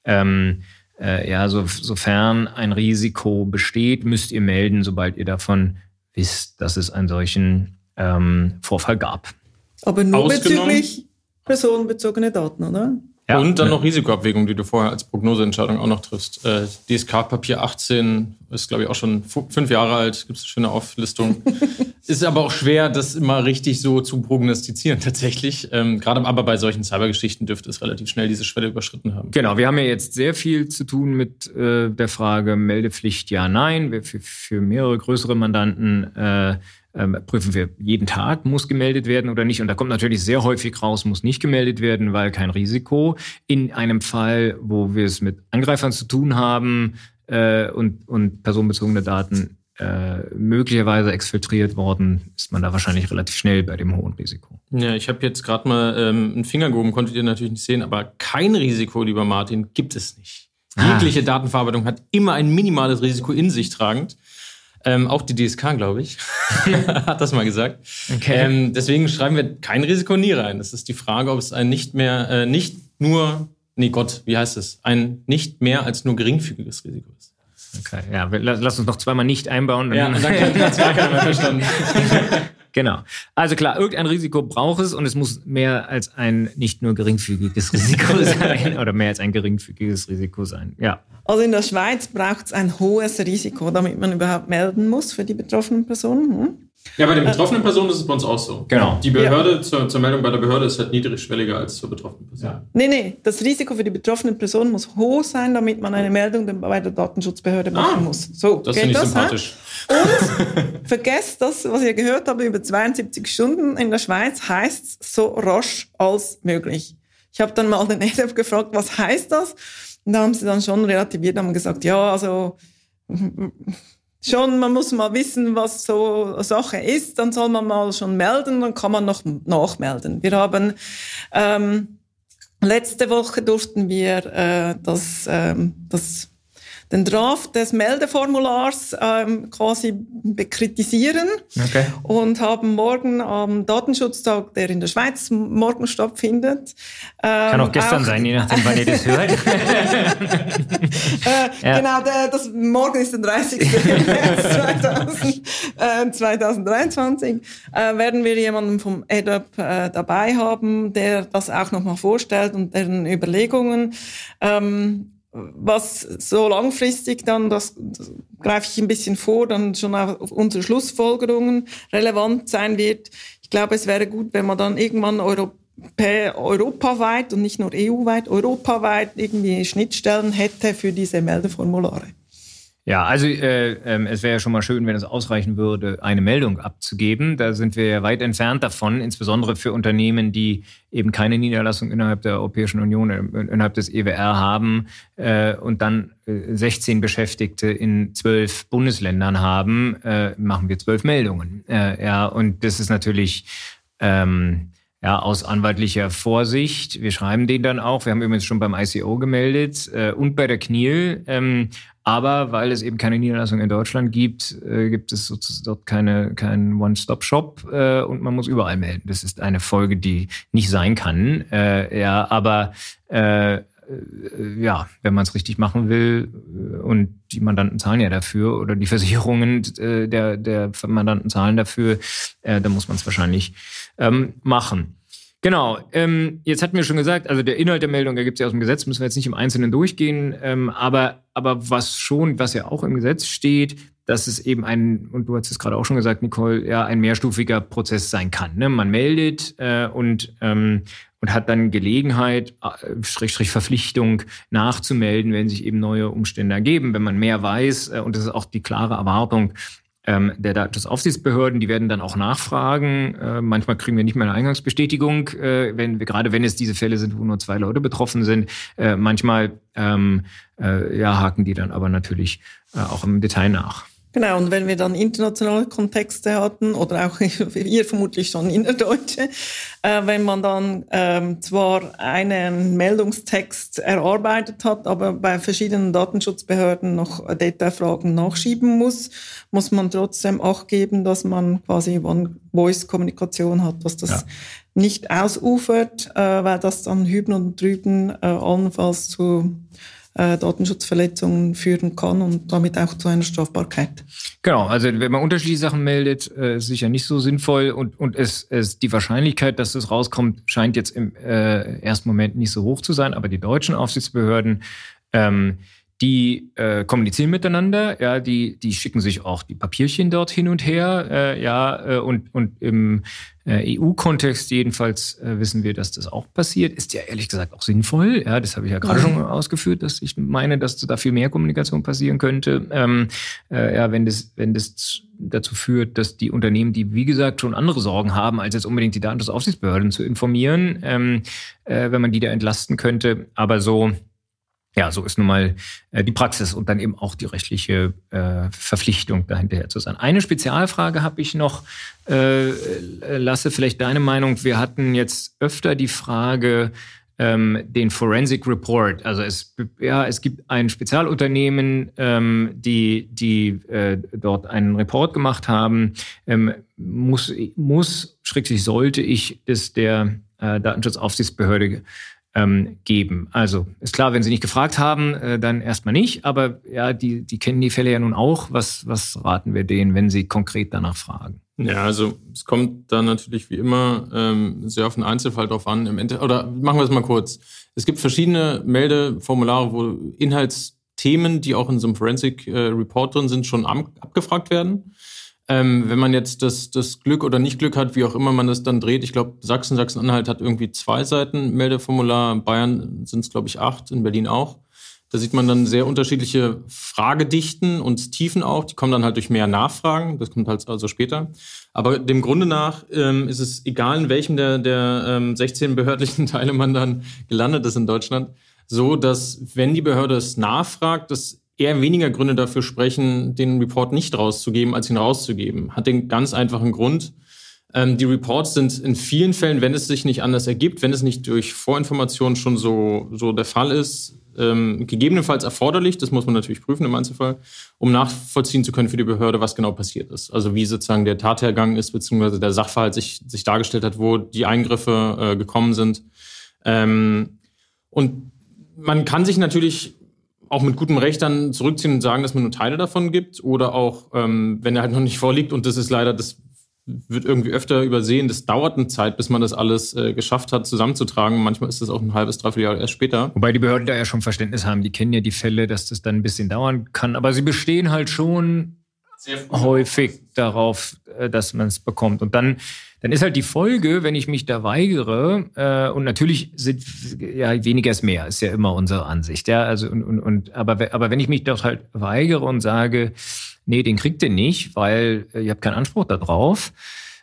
sofern ein Risiko besteht, müsst ihr melden, sobald ihr davon wisst, dass es einen solchen Vorfall gab. Aber nur bezüglich personenbezogene Daten, oder? Ja. Und dann noch Risikoabwägung, die du vorher als Prognoseentscheidung auch noch triffst. DSK-Papier 18 ist, glaube ich, auch schon 5 Jahre alt. Gibt es eine schöne Auflistung. Ist aber auch schwer, das immer richtig so zu prognostizieren tatsächlich. Gerade aber bei solchen Cybergeschichten dürfte es relativ schnell diese Schwelle überschritten haben. Genau, wir haben ja jetzt sehr viel zu tun mit der Frage Meldepflicht ja, nein. Wir für mehrere größere Mandanten prüfen wir jeden Tag, muss gemeldet werden oder nicht. Und da kommt natürlich sehr häufig raus, muss nicht gemeldet werden, weil kein Risiko. In einem Fall, wo wir es mit Angreifern zu tun haben und personenbezogene Daten möglicherweise exfiltriert worden, ist man da wahrscheinlich relativ schnell bei dem hohen Risiko. Ja, ich habe jetzt gerade mal einen Finger gehoben, konntet ihr natürlich nicht sehen, aber kein Risiko, lieber Martin, gibt es nicht. Jegliche Datenverarbeitung hat immer ein minimales Risiko in sich tragend. Auch die DSK, glaube ich, hat das mal gesagt. Okay. Deswegen schreiben wir kein Risiko nie rein. Das ist die Frage, ob es ein nicht mehr als nur geringfügiges Risiko ist. Okay, ja, lass uns noch zweimal nicht einbauen. Ja, und dann hat es gar keiner mehr verstanden. Genau. Also klar, irgendein Risiko braucht es und es muss mehr als ein nicht nur geringfügiges Risiko sein oder mehr als ein geringfügiges Risiko sein. Ja. Also in der Schweiz braucht es ein hohes Risiko, damit man überhaupt melden muss für die betroffenen Personen. Ja, bei den betroffenen Personen ist es bei uns auch so. Genau. Die Behörde zur Meldung bei der Behörde ist halt niedrigschwelliger als zur betroffenen Person. Ja. Nee, das Risiko für die betroffenen Personen muss hoch sein, damit man eine Meldung bei der Datenschutzbehörde machen muss. So, das finde ich sympathisch. Und vergesst das, was ihr gehört habt, über 72 Stunden in der Schweiz heißt es so rasch als möglich. Ich habe dann mal den EDF gefragt, was heißt das? Und da haben sie dann schon relativiert, haben gesagt, ja, also schon, man muss mal wissen, was so eine Sache ist, dann soll man mal schon melden, dann kann man noch nachmelden. Wir haben letzte Woche durften wir den Draft des Meldeformulars quasi bekritisieren und haben morgen am Datenschutztag, der in der Schweiz morgen stattfindet. Kann auch gestern sein, je nachdem, wann ihr das hört. Genau, morgen ist der 30. März 2023. Werden wir jemanden vom EDAP dabei haben, der das auch nochmal vorstellt und deren Überlegungen. Was so langfristig dann, das greife ich ein bisschen vor, dann schon auf unsere Schlussfolgerungen relevant sein wird. Ich glaube, es wäre gut, wenn man dann irgendwann europaweit und nicht nur EU-weit, europaweit irgendwie Schnittstellen hätte für diese Meldeformulare. Ja, also es wäre ja schon mal schön, wenn es ausreichen würde, eine Meldung abzugeben. Da sind wir ja weit entfernt davon, insbesondere für Unternehmen, die eben keine Niederlassung innerhalb der Europäischen Union, innerhalb des EWR haben und dann 16 Beschäftigte in 12 Bundesländern haben, machen wir 12 Meldungen. Ja, und das ist natürlich aus anwaltlicher Vorsicht. Wir schreiben den dann auch. Wir haben übrigens schon beim ICO gemeldet und bei der CNIL. Aber weil es eben keine Niederlassung in Deutschland gibt, gibt es sozusagen dort keinen One-Stop-Shop und man muss überall melden. Das ist eine Folge, die nicht sein kann. Aber wenn man es richtig machen will und die Mandanten zahlen ja dafür oder die Versicherungen der Mandanten zahlen dafür, dann muss man es wahrscheinlich machen. Genau, jetzt hatten wir schon gesagt, also der Inhalt der Meldung ergibt sich aus dem Gesetz, müssen wir jetzt nicht im Einzelnen durchgehen, aber was ja auch im Gesetz steht, dass es eben und du hast es gerade auch schon gesagt, Nicole, ein mehrstufiger Prozess sein kann. Ne? Man meldet und hat dann Gelegenheit, Verpflichtung nachzumelden, wenn sich eben neue Umstände ergeben, wenn man mehr weiß. Und das ist auch die klare Erwartung der Datenschutzaufsichtsbehörden, die werden dann auch nachfragen. Manchmal kriegen wir nicht mehr eine Eingangsbestätigung, gerade wenn es diese Fälle sind, wo nur 2 Leute betroffen sind. Manchmal haken die dann aber natürlich auch im Detail nach. Genau, und wenn wir dann internationale Kontexte hatten, oder auch ihr vermutlich schon innerdeutsche, wenn man dann zwar einen Meldungstext erarbeitet hat, aber bei verschiedenen Datenschutzbehörden noch Detailfragen nachschieben muss man trotzdem Acht geben, dass man quasi One-Voice-Kommunikation hat, dass das nicht ausufert, weil das dann hüben und drüben allenfalls zu Datenschutzverletzungen führen kann und damit auch zu einer Strafbarkeit. Genau, also wenn man unterschiedliche Sachen meldet, ist sicher nicht so sinnvoll und die Wahrscheinlichkeit, dass das rauskommt, scheint jetzt im ersten Moment nicht so hoch zu sein, aber die deutschen Aufsichtsbehörden, die kommunizieren miteinander, die schicken sich auch die Papierchen dort hin und her, und im EU-Kontext jedenfalls wissen wir, dass das auch passiert. Ist ja ehrlich gesagt auch sinnvoll, das habe ich ja gerade schon ausgeführt, dass ich meine, dass da viel mehr Kommunikation passieren könnte, wenn das dazu führt, dass die Unternehmen, die wie gesagt schon andere Sorgen haben, als jetzt unbedingt die Datenschutzaufsichtsbehörden zu informieren, wenn man die da entlasten könnte, aber so ist nun mal die Praxis und dann eben auch die rechtliche Verpflichtung, dahinterher zu sein. Eine Spezialfrage habe ich noch, Lasse, vielleicht deine Meinung. Wir hatten jetzt öfter die Frage, den Forensic Report. Also es gibt ein Spezialunternehmen, die dort einen Report gemacht haben. Sollte ich das der Datenschutzaufsichtsbehörde geben. Also ist klar, wenn Sie nicht gefragt haben, dann erstmal nicht. Aber die kennen die Fälle ja nun auch. Was raten wir denen, wenn sie konkret danach fragen? Ja, also es kommt dann natürlich wie immer sehr auf den Einzelfall drauf an. Oder machen wir es mal kurz. Es gibt verschiedene Meldeformulare, wo Inhaltsthemen, die auch in so einem Forensic Report drin sind, schon abgefragt werden. Wenn man jetzt das Glück oder nicht Glück hat, wie auch immer man das dann dreht, ich glaube, Sachsen-Anhalt hat irgendwie 2 Seiten Meldeformular, Bayern sind es, glaube ich, 8, in Berlin auch. Da sieht man dann sehr unterschiedliche Fragedichten und Tiefen auch. Die kommen dann halt durch mehr Nachfragen. Das kommt halt also später. Aber dem Grunde nach ist es egal, in welchem der 16 behördlichen Teile man dann gelandet ist in Deutschland, so dass, wenn die Behörde es nachfragt, dass eher weniger Gründe dafür sprechen, den Report nicht rauszugeben, als ihn rauszugeben. Hat den ganz einfachen Grund. Die Reports sind in vielen Fällen, wenn es sich nicht anders ergibt, wenn es nicht durch Vorinformation schon so der Fall ist, gegebenenfalls erforderlich, das muss man natürlich prüfen im Einzelfall, um nachvollziehen zu können für die Behörde, was genau passiert ist. Also wie sozusagen der Tathergang ist, beziehungsweise der Sachverhalt sich dargestellt hat, wo die Eingriffe gekommen sind. Und man kann sich natürlich auch mit gutem Recht dann zurückziehen und sagen, dass man nur Teile davon gibt oder auch, wenn er halt noch nicht vorliegt und das wird irgendwie öfter übersehen, das dauert eine Zeit, bis man das alles geschafft hat, zusammenzutragen. Manchmal ist das auch ein halbes, dreiviertel Jahr erst später. Wobei die Behörden da ja schon Verständnis haben, die kennen ja die Fälle, dass das dann ein bisschen dauern kann, aber sie bestehen halt schon häufig darauf, dass man es bekommt. Und dann dann ist halt die Folge, wenn ich mich da weigere, und natürlich sind ja weniger ist mehr, ist ja immer unsere Ansicht, ja, also aber wenn ich mich doch halt weigere und sage, nee, den kriegt ihr nicht, weil ihr habt keinen Anspruch darauf.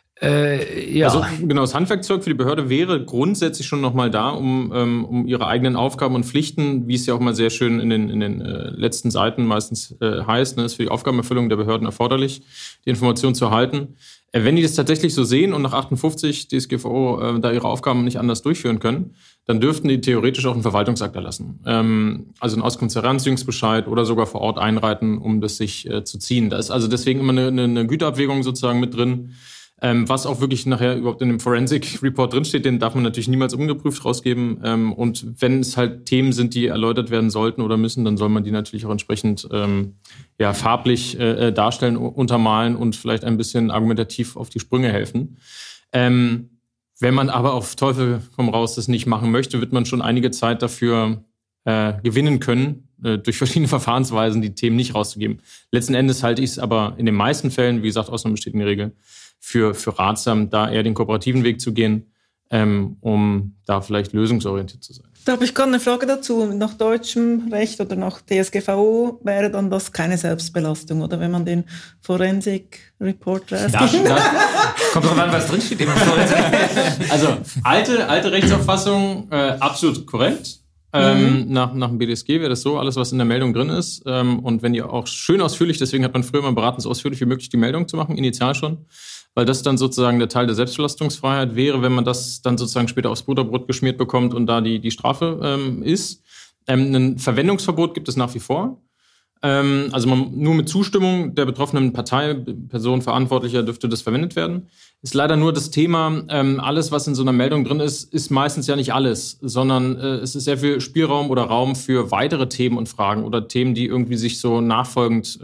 Also genau, das Handwerkzeug für die Behörde wäre grundsätzlich schon nochmal da, um ihre eigenen Aufgaben und Pflichten, wie es ja auch mal sehr schön in den letzten Seiten meistens heißt, ne, ist für die Aufgabenerfüllung der Behörden erforderlich, die Information zu erhalten. Wenn die das tatsächlich so sehen und nach 58 DSGVO da ihre Aufgaben nicht anders durchführen können, dann dürften die theoretisch auch einen Verwaltungsakt erlassen. Also einen Auskunftsheranziehungsbescheid oder sogar vor Ort einreiten, um das sich zu ziehen. Da ist also deswegen immer eine Güterabwägung sozusagen mit drin. Was auch wirklich nachher überhaupt in dem Forensic Report drinsteht, den darf man natürlich niemals ungeprüft rausgeben. Und wenn es halt Themen sind, die erläutert werden sollten oder müssen, dann soll man die natürlich auch entsprechend farblich darstellen, untermalen und vielleicht ein bisschen argumentativ auf die Sprünge helfen. Wenn man aber auf Teufel komm raus das nicht machen möchte, wird man schon einige Zeit dafür gewinnen können, durch verschiedene Verfahrensweisen die Themen nicht rauszugeben. Letzten Endes halte ich es aber in den meisten Fällen, wie gesagt, Ausnahmen besteht in der Regel, für ratsam, da eher den kooperativen Weg zu gehen, um da vielleicht lösungsorientiert zu sein. Da habe ich gerade eine Frage dazu. Nach deutschem Recht oder nach DSGVO wäre dann das keine Selbstbelastung, oder wenn man den Forensic Report rausgibt? Kommt drauf an, was drinsteht im Forensik. Also alte Rechtsauffassung, absolut korrekt. Nach dem BDSG wäre das so, alles, was in der Meldung drin ist. Und wenn ihr auch schön ausführlich, deswegen hat man früher mal beraten, so ausführlich wie möglich die Meldung zu machen, initial schon, weil das dann sozusagen der Teil der Selbstbelastungsfreiheit wäre, wenn man das dann sozusagen später aufs Butterbrot geschmiert bekommt und da die Strafe ist. Ein Verwendungsverbot gibt es nach wie vor. Also nur mit Zustimmung der betroffenen Partei, Person, Verantwortlicher dürfte das verwendet werden. Ist leider nur das Thema, alles, was in so einer Meldung drin ist meistens ja nicht alles, sondern es ist sehr viel Spielraum oder Raum für weitere Themen und Fragen oder Themen, die irgendwie sich so nachfolgend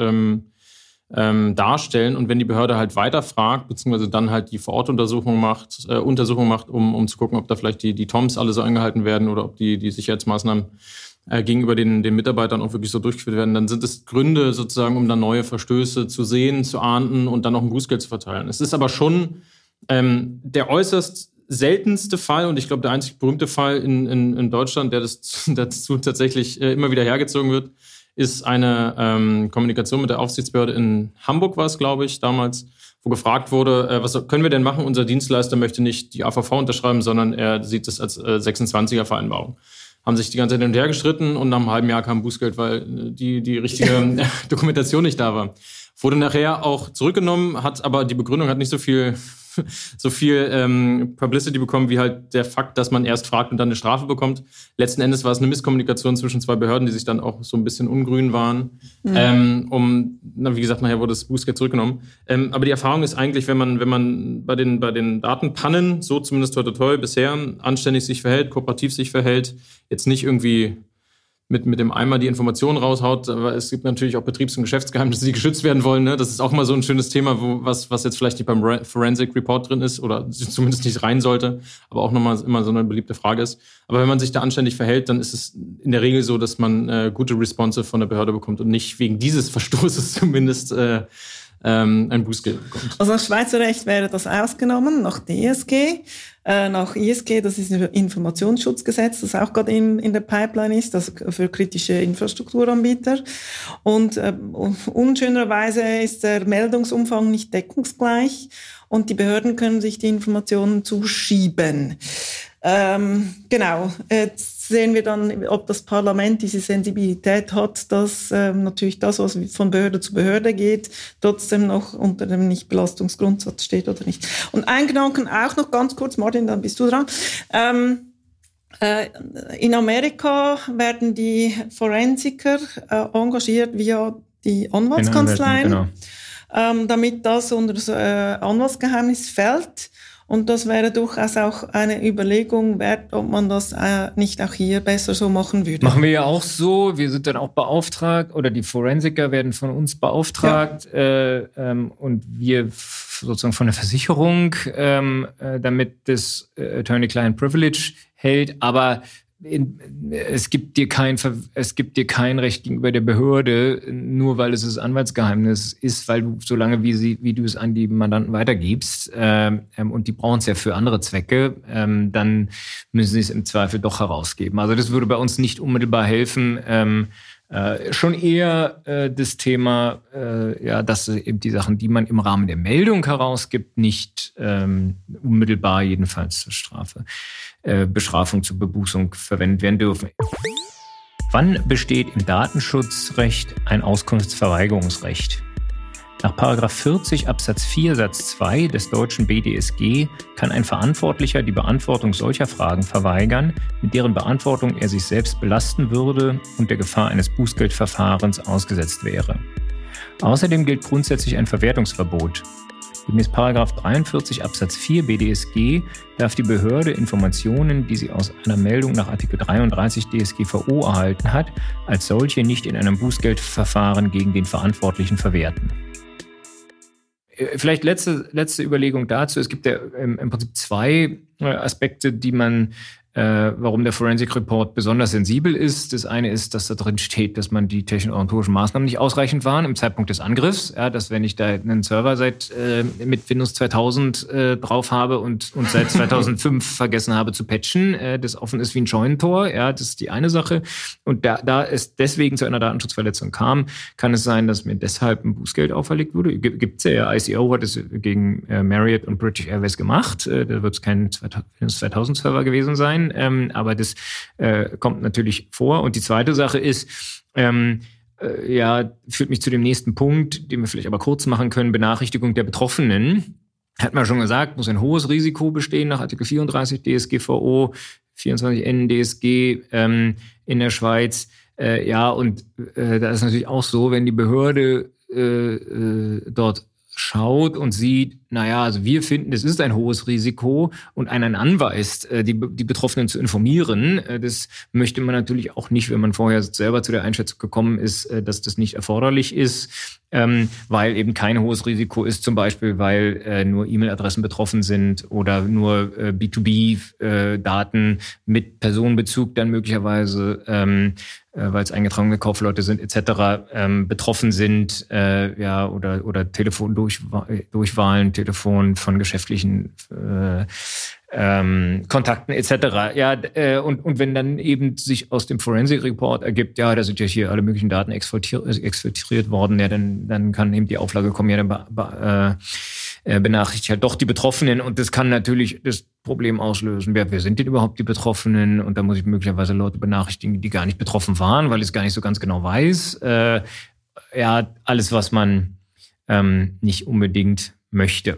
darstellen. Und wenn die Behörde halt weiterfragt, beziehungsweise dann halt die Vorortuntersuchung macht, um zu gucken, ob da vielleicht die TOMs alle so eingehalten werden oder ob die Sicherheitsmaßnahmen gegenüber den Mitarbeitern auch wirklich so durchgeführt werden, dann sind es Gründe sozusagen, um dann neue Verstöße zu sehen, zu ahnden und dann auch ein Bußgeld zu verteilen. Es ist aber schon der äußerst seltenste Fall und ich glaube der einzig berühmte Fall in Deutschland, der dazu tatsächlich immer wieder hergezogen wird, ist eine Kommunikation mit der Aufsichtsbehörde in Hamburg, war es, glaube ich, damals, wo gefragt wurde, was können wir denn machen? Unser Dienstleister möchte nicht die AVV unterschreiben, sondern er sieht es als 26er-Vereinbarung. Haben sich die ganze Zeit hin und her gestritten und nach einem halben Jahr kam Bußgeld, weil die richtige Dokumentation nicht da war. Wurde nachher auch zurückgenommen, aber die Begründung hat nicht so viel Publicity bekommen, wie halt der Fakt, dass man erst fragt und dann eine Strafe bekommt. Letzten Endes war es eine Misskommunikation zwischen zwei Behörden, die sich dann auch so ein bisschen ungrün waren. Wie gesagt, nachher wurde das Bußgeld zurückgenommen. Aber die Erfahrung ist eigentlich, wenn man bei den Datenpannen, so zumindest toi toi toi bisher, anständig sich verhält, kooperativ sich verhält, jetzt nicht irgendwie mit dem Eimer die Informationen raushaut, aber es gibt natürlich auch Betriebs- und Geschäftsgeheimnisse, die geschützt werden wollen. Ne? Das ist auch mal so ein schönes Thema, was jetzt vielleicht nicht beim Forensic Report drin ist oder zumindest nicht rein sollte, aber auch nochmal immer so eine beliebte Frage ist. Aber wenn man sich da anständig verhält, dann ist es in der Regel so, dass man gute Response von der Behörde bekommt und nicht wegen dieses Verstoßes zumindest ein Bußgeld bekommt. Also nach Schweizer Recht wäre das ausgenommen, nach DSG. Nach ISG, das ist ein Informationsschutzgesetz, das auch gerade in der Pipeline ist, das für kritische Infrastrukturanbieter. Und unschönerweise ist der Meldungsumfang nicht deckungsgleich und die Behörden können sich die Informationen zuschieben. Genau. Jetzt sehen wir dann, ob das Parlament diese Sensibilität hat, dass natürlich das, was von Behörde zu Behörde geht, trotzdem noch unter dem Nichtbelastungsgrundsatz steht oder nicht. Und ein Gedanken auch noch ganz kurz, Martin, dann bist du dran. In Amerika werden die Forensiker engagiert via die Anwaltskanzleien, damit das unter das Anwaltsgeheimnis fällt. Und das wäre durchaus auch eine Überlegung wert, ob man das nicht auch hier besser so machen würde. Machen wir ja auch so. Wir sind dann auch beauftragt oder die Forensiker werden von uns beauftragt und wir sozusagen von der Versicherung, damit das Attorney-Client-Privilege hält. Aber es gibt dir kein Recht gegenüber der Behörde, nur weil es das Anwaltsgeheimnis ist, weil du, solange wie du es an die Mandanten weitergibst, und die brauchen es ja für andere Zwecke, dann müssen sie es im Zweifel doch herausgeben. Also das würde bei uns nicht unmittelbar helfen. Schon eher das Thema, dass eben die Sachen, die man im Rahmen der Meldung herausgibt, nicht unmittelbar jedenfalls zur Bestrafung, zur Bebußung verwendet werden dürfen. Wann besteht im Datenschutzrecht ein Auskunftsverweigerungsrecht? Nach § 40 Absatz 4 Satz 2 des deutschen BDSG kann ein Verantwortlicher die Beantwortung solcher Fragen verweigern, mit deren Beantwortung er sich selbst belasten würde und der Gefahr eines Bußgeldverfahrens ausgesetzt wäre. Außerdem gilt grundsätzlich ein Verwertungsverbot. Gemäß § 43 Absatz 4 BDSG darf die Behörde Informationen, die sie aus einer Meldung nach Artikel 33 DSGVO erhalten hat, als solche nicht in einem Bußgeldverfahren gegen den Verantwortlichen verwerten. Vielleicht letzte Überlegung dazu. Es gibt ja im Prinzip zwei Aspekte, die man warum der Forensic Report besonders sensibel ist. Das eine ist, dass da drin steht, dass man die technisch-organisatorischen Maßnahmen nicht ausreichend waren im Zeitpunkt des Angriffs. Ja, dass wenn ich da einen Server mit Windows 2000 drauf habe und seit 2005 vergessen habe zu patchen, das offen ist wie ein Scheunentor. Ja, das ist die eine Sache. Und da es deswegen zu einer Datenschutzverletzung kam, kann es sein, dass mir deshalb ein Bußgeld auferlegt wurde. Gibt's ja. ICO hat es gegen Marriott und British Airways gemacht. Da wird es kein Windows 2000 Server gewesen sein. Aber das kommt natürlich vor. Und die zweite Sache ist, führt mich zu dem nächsten Punkt, den wir vielleicht aber kurz machen können, Benachrichtigung der Betroffenen. Hat man schon gesagt, muss ein hohes Risiko bestehen nach Artikel 34 DSGVO, 24 NDSG in der Schweiz. Da ist natürlich auch so, wenn die Behörde dort schaut und sieht, also wir finden, es ist ein hohes Risiko und einen anweist, die Betroffenen zu informieren. Das möchte man natürlich auch nicht, wenn man vorher selber zu der Einschätzung gekommen ist, dass das nicht erforderlich ist, weil eben kein hohes Risiko ist, zum Beispiel, weil nur E-Mail-Adressen betroffen sind oder nur B2B-Daten mit Personenbezug dann möglicherweise, weil es eingetragene Kaufleute sind etc. Betroffen sind, oder Telefondurchwahlen, Telefon von geschäftlichen Kontakten etc. Und wenn dann eben sich aus dem Forensic Report ergibt, da sind ja hier alle möglichen Daten exfiltriert worden, dann kann eben die Auflage kommen, dann benachrichtigt halt doch die Betroffenen und das kann natürlich das Problem auslösen. Wer sind denn überhaupt die Betroffenen? Und da muss ich möglicherweise Leute benachrichtigen, die gar nicht betroffen waren, weil ich es gar nicht so ganz genau weiß. Alles, was man nicht unbedingt möchte.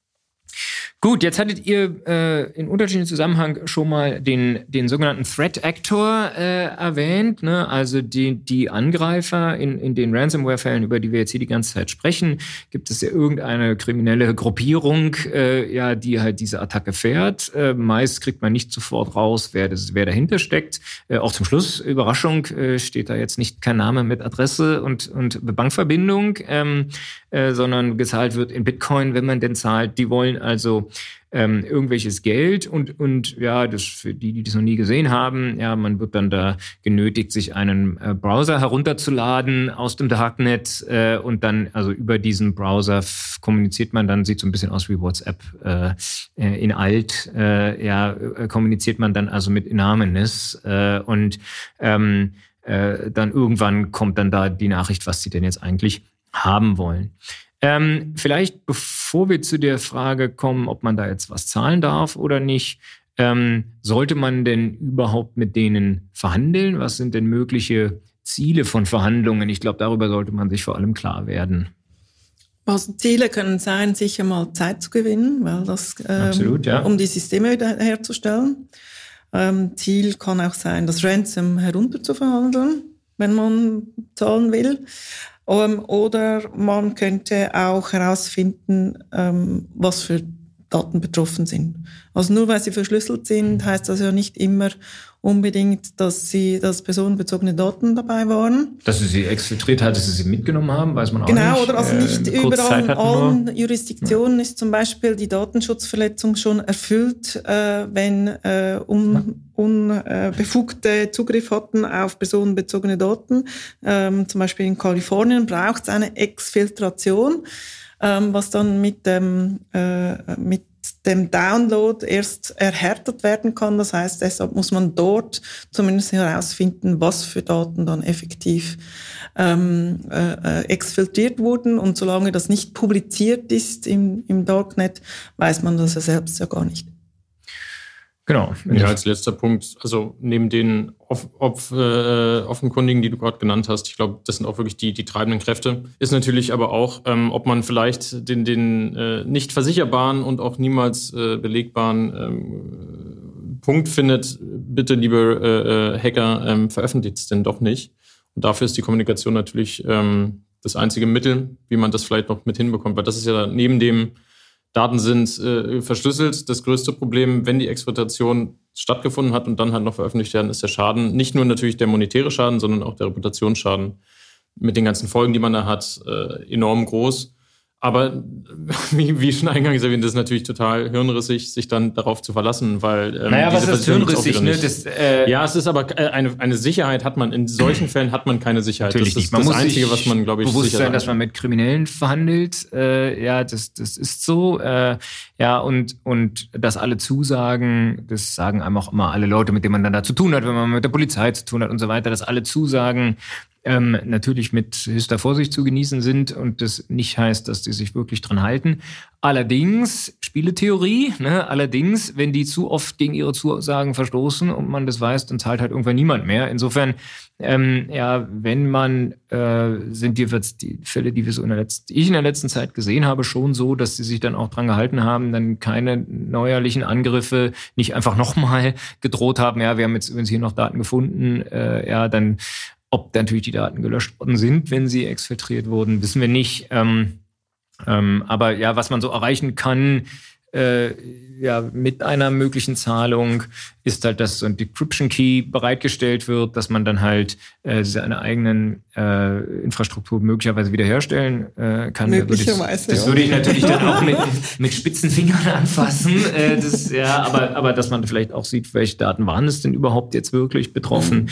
Gut, jetzt hattet ihr in unterschiedlichen Zusammenhang schon mal den sogenannten Threat Actor erwähnt, ne? Also die Angreifer in den Ransomware-Fällen, über die wir jetzt hier die ganze Zeit sprechen. Gibt es ja irgendeine kriminelle Gruppierung, die halt diese Attacke fährt. Meist kriegt man nicht sofort raus, wer dahinter steckt. Auch zum Schluss, Überraschung, steht da jetzt nicht kein Name mit Adresse und Bankverbindung, sondern gezahlt wird in Bitcoin, wenn man denn zahlt. Die wollen also irgendwelches Geld und das für die das noch nie gesehen haben, man wird dann da genötigt, sich einen Browser herunterzuladen aus dem Darknet und dann also über diesen Browser kommuniziert man dann, sieht so ein bisschen aus wie WhatsApp in alt, kommuniziert man dann also mit Anonymous und dann irgendwann kommt dann da die Nachricht, was sie denn jetzt eigentlich haben wollen. Vielleicht, bevor wir zu der Frage kommen, ob man da jetzt was zahlen darf oder nicht, sollte man denn überhaupt mit denen verhandeln? Was sind denn mögliche Ziele von Verhandlungen? Ich glaube, darüber sollte man sich vor allem klar werden. Also Ziele können sein, sicher mal Zeit zu gewinnen, weil das Absolut, um die Systeme wieder herzustellen. Ziel kann auch sein, das Ransom herunterzuverhandeln, wenn man zahlen will. Oder man könnte auch herausfinden, was für Daten betroffen sind. Also nur weil sie verschlüsselt sind, heißt das ja nicht immer, unbedingt, dass personenbezogene Daten dabei waren. Dass sie sie exfiltriert hat, dass sie sie mitgenommen haben, weiß man auch genau, nicht. Genau, oder also nicht überall in allen Jurisdiktionen ist zum Beispiel die Datenschutzverletzung schon erfüllt, wenn unbefugte Zugriff hatten auf personenbezogene Daten. Zum Beispiel in Kalifornien braucht es eine Exfiltration, was dann mit dem Download erst erhärtet werden kann. Das heißt, deshalb muss man dort zumindest herausfinden, was für Daten dann effektiv exfiltriert wurden. Und solange das nicht publiziert ist im Darknet, weiß man das ja selbst ja gar nicht. Genau. Ja, als letzter Punkt, also neben den offenkundigen, die du gerade genannt hast, ich glaube, das sind auch wirklich die treibenden Kräfte, ist natürlich aber auch, ob man vielleicht den nicht versicherbaren und auch niemals belegbaren Punkt findet, bitte, liebe Hacker, veröffentlicht es denn doch nicht. Und dafür ist die Kommunikation natürlich das einzige Mittel, wie man das vielleicht noch mit hinbekommt, weil das ist ja neben dem Daten sind verschlüsselt. Das größte Problem, wenn die Exfiltration stattgefunden hat und dann halt noch veröffentlicht werden, ist der Schaden. Nicht nur natürlich der monetäre Schaden, sondern auch der Reputationsschaden mit den ganzen Folgen, die man da hat, enorm groß. Aber wie schon eingangs erwähnt, ist es natürlich total hirnrissig, sich dann darauf zu verlassen, weil was ist hirnrissig? Ne? Ja, es ist aber eine Sicherheit hat man. In solchen Fällen hat man keine Sicherheit. Natürlich das ist das Einzige, was man, glaube ich, bewusst sicher sein, dass man mit Kriminellen verhandelt. Das ist so. Und dass alle zusagen, das sagen einem auch immer alle Leute, mit denen man dann da zu tun hat, wenn man mit der Polizei zu tun hat und so weiter, dass alle zusagen, natürlich mit höchster Vorsicht zu genießen sind und das nicht heißt, dass die sich wirklich dran halten. Allerdings, Spieletheorie, allerdings, wenn die zu oft gegen ihre Zusagen verstoßen und man das weiß, dann zahlt halt irgendwann niemand mehr. Insofern, wenn man, sind die Fälle, die ich in der letzten Zeit gesehen habe, schon so, dass sie sich dann auch dran gehalten haben, dann keine neuerlichen Angriffe, nicht einfach nochmal gedroht haben, wir haben jetzt übrigens hier noch Daten gefunden, dann ob natürlich die Daten gelöscht worden sind, wenn sie exfiltriert wurden, wissen wir nicht. Aber ja, was man so erreichen kann, mit einer möglichen Zahlung, ist halt, dass so ein Decryption Key bereitgestellt wird, dass man dann halt seine eigenen Infrastruktur möglicherweise wiederherstellen kann. Möglicherweise. Das würde ich natürlich dann auch mit spitzen Fingern anfassen. Aber dass man vielleicht auch sieht, welche Daten waren es denn überhaupt jetzt wirklich betroffen.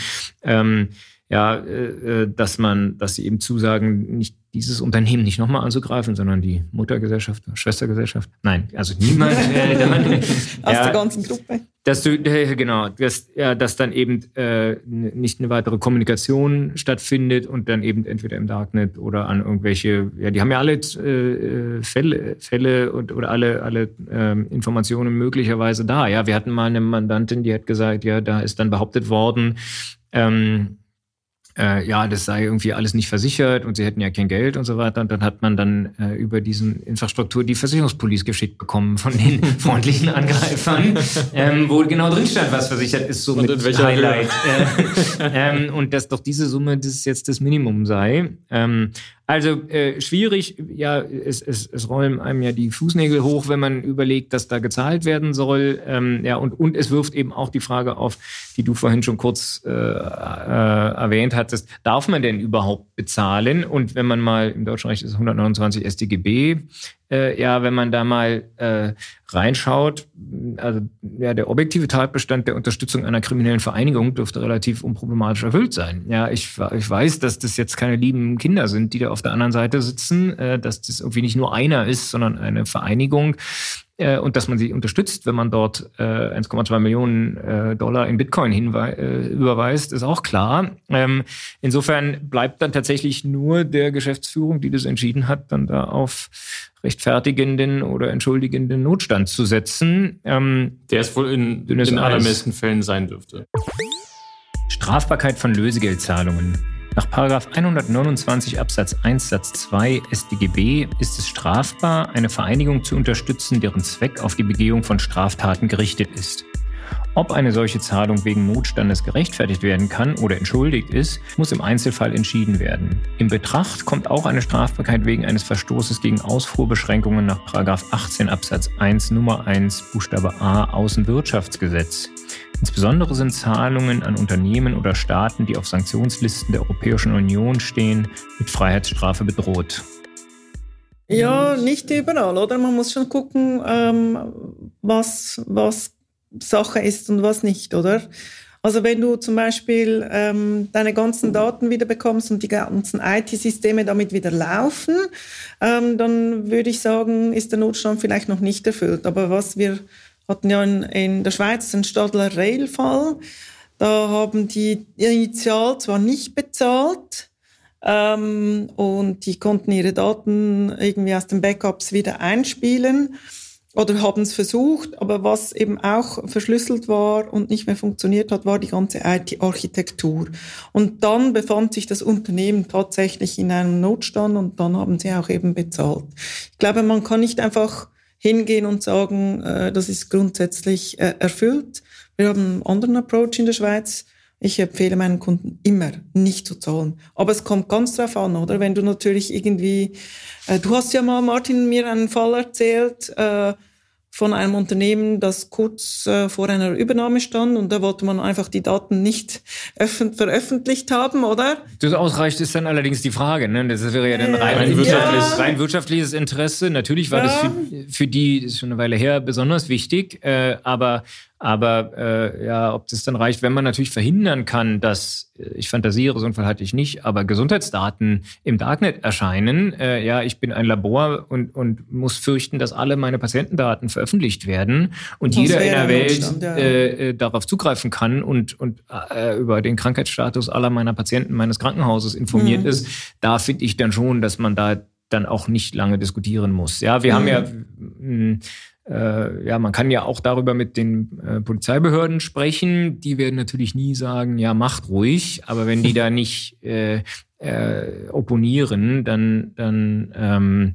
Dass sie eben zusagen, nicht dieses Unternehmen nicht nochmal anzugreifen, sondern die Muttergesellschaft, Schwestergesellschaft. Nein, also niemand. Aus der ganzen Gruppe. Dass dann eben nicht eine weitere Kommunikation stattfindet und dann eben entweder im Darknet oder an irgendwelche, die haben ja alle Fälle oder alle Informationen möglicherweise da. Ja, wir hatten mal eine Mandantin, die hat gesagt, da ist dann behauptet worden, das sei irgendwie alles nicht versichert und sie hätten ja kein Geld und so weiter. Und dann hat man dann über diesen Infrastruktur die Versicherungspolice geschickt bekommen von den freundlichen Angreifern, wo genau drin stand, was versichert ist, so und mit Highlight. Und dass doch diese Summe das jetzt das Minimum sei. Schwierig, es rollen einem ja die Fußnägel hoch, wenn man überlegt, dass da gezahlt werden soll. Und es wirft eben auch die Frage auf, die du vorhin schon kurz erwähnt hattest, darf man denn überhaupt bezahlen? Und wenn man mal, im deutschen Recht ist 129 StGB, wenn man da mal reinschaut, der objektive Tatbestand der Unterstützung einer kriminellen Vereinigung dürfte relativ unproblematisch erfüllt sein. Ja, ich weiß, dass das jetzt keine lieben Kinder sind, die da auf der anderen Seite sitzen, dass das irgendwie nicht nur einer ist, sondern eine Vereinigung. Und dass man sie unterstützt, wenn man dort 1,2 Millionen Dollar in Bitcoin überweist, ist auch klar. Insofern bleibt dann tatsächlich nur der Geschäftsführung, die das entschieden hat, dann da auf rechtfertigenden oder entschuldigenden Notstand zu setzen. Der es wohl in den allermeisten Fällen sein dürfte. Strafbarkeit von Lösegeldzahlungen. Nach § 129 Absatz 1 Satz 2 StGB ist es strafbar, eine Vereinigung zu unterstützen, deren Zweck auf die Begehung von Straftaten gerichtet ist. Ob eine solche Zahlung wegen Notstandes gerechtfertigt werden kann oder entschuldigt ist, muss im Einzelfall entschieden werden. In Betracht kommt auch eine Strafbarkeit wegen eines Verstoßes gegen Ausfuhrbeschränkungen nach § 18 Absatz 1 Nummer 1 Buchstabe a Außenwirtschaftsgesetz. Insbesondere sind Zahlungen an Unternehmen oder Staaten, die auf Sanktionslisten der Europäischen Union stehen, mit Freiheitsstrafe bedroht. Ja, nicht überall, oder? Man muss schon gucken, was Sache ist und was nicht, oder? Also wenn du zum Beispiel deine ganzen Daten wieder bekommst und die ganzen IT-Systeme damit wieder laufen, dann würde ich sagen, ist der Notstand vielleicht noch nicht erfüllt. Aber wir hatten ja in der Schweiz den Stadler Rail-Fall. Da haben die initial zwar nicht bezahlt, und die konnten ihre Daten irgendwie aus den Backups wieder einspielen oder haben es versucht, aber was eben auch verschlüsselt war und nicht mehr funktioniert hat, war die ganze IT-Architektur. Und dann befand sich das Unternehmen tatsächlich in einem Notstand und dann haben sie auch eben bezahlt. Ich glaube, man kann nicht einfach hingehen und sagen, das ist grundsätzlich erfüllt. Wir haben einen anderen Approach in der Schweiz. Ich empfehle meinen Kunden immer, nicht zu zahlen. Aber es kommt ganz drauf an, oder? Wenn du natürlich irgendwie, du hast ja mal, Martin, mir einen Fall erzählt, von einem Unternehmen, das kurz vor einer Übernahme stand und da wollte man einfach die Daten nicht veröffentlicht haben, oder? Das ausreicht, ist dann allerdings die Frage. Ne? Das wäre ja dann rein wirtschaftliches Interesse. Natürlich war das für die, das ist schon eine Weile her, besonders wichtig, aber ob das dann reicht, wenn man natürlich verhindern kann, dass, ich fantasiere, so einen Fall hatte ich nicht, aber Gesundheitsdaten im Darknet erscheinen. Ich bin ein Labor und muss fürchten, dass alle meine Patientendaten veröffentlicht werden und jeder in der Welt darauf zugreifen kann und über den Krankheitsstatus aller meiner Patienten meines Krankenhauses informiert ist. Da finde ich dann schon, dass man da dann auch nicht lange diskutieren muss. Ja, wir haben man kann ja auch darüber mit den Polizeibehörden sprechen. Die werden natürlich nie sagen, ja, macht ruhig. Aber wenn die da nicht opponieren, dann kann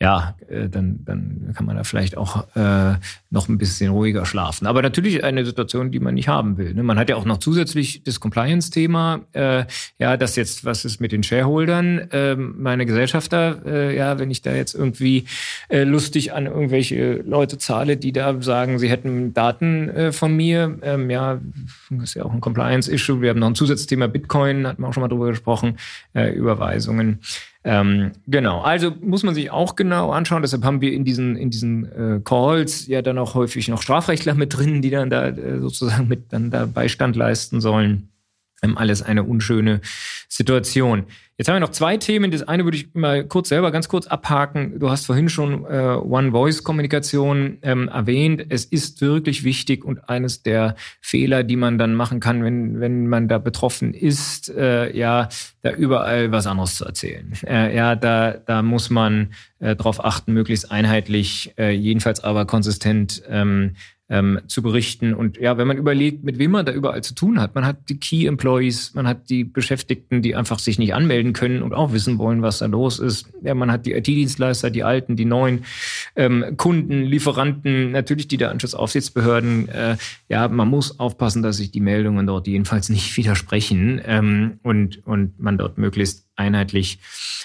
man da vielleicht auch noch ein bisschen ruhiger schlafen. Aber natürlich eine Situation, die man nicht haben will. Ne? Man hat ja auch noch zusätzlich das Compliance-Thema. Das jetzt, was ist mit den Shareholdern? Meine Gesellschafter, wenn ich da jetzt irgendwie lustig an irgendwelche Leute zahle, die da sagen, sie hätten Daten von mir. Das ist ja auch ein Compliance-Issue. Wir haben noch ein Zusatzthema Bitcoin, hatten wir auch schon mal drüber gesprochen. Überweisungen. Genau, also muss man sich auch genau anschauen. Deshalb haben wir in diesen Calls ja dann auch häufig noch Strafrechtler mit drin, die dann da sozusagen mit dann da Beistand leisten sollen. Alles eine unschöne Situation. Jetzt haben wir noch zwei Themen. Das eine würde ich mal ganz kurz abhaken. Du hast vorhin schon One-Voice-Kommunikation erwähnt. Es ist wirklich wichtig und eines der Fehler, die man dann machen kann, wenn man da betroffen ist, da überall was anderes zu erzählen. Da muss man darauf achten, möglichst einheitlich, jedenfalls aber konsistent zu berichten. Und wenn man überlegt, mit wem man da überall zu tun hat, man hat die Key Employees, man hat die Beschäftigten, die einfach sich nicht anmelden können und auch wissen wollen, was da los ist. Ja, man hat die IT-Dienstleister, die alten, die neuen Kunden, Lieferanten, natürlich die der Anschlussaufsichtsbehörden. Man muss aufpassen, dass sich die Meldungen dort jedenfalls nicht widersprechen und man dort möglichst einheitlich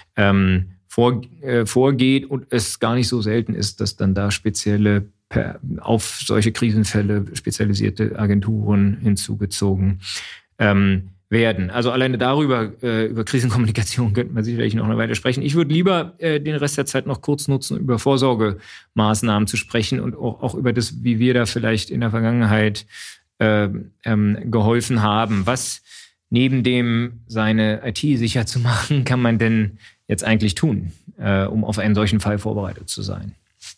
vorgeht und es gar nicht so selten ist, dass dann da auf solche Krisenfälle spezialisierte Agenturen hinzugezogen werden. Also alleine über Krisenkommunikation könnten wir sicherlich noch eine Weile sprechen. Ich würde lieber den Rest der Zeit noch kurz nutzen, über Vorsorgemaßnahmen zu sprechen und auch über das, wie wir da vielleicht in der Vergangenheit geholfen haben. Was neben dem, seine IT sicher zu machen, kann man denn jetzt eigentlich tun, um auf einen solchen Fall vorbereitet zu sein?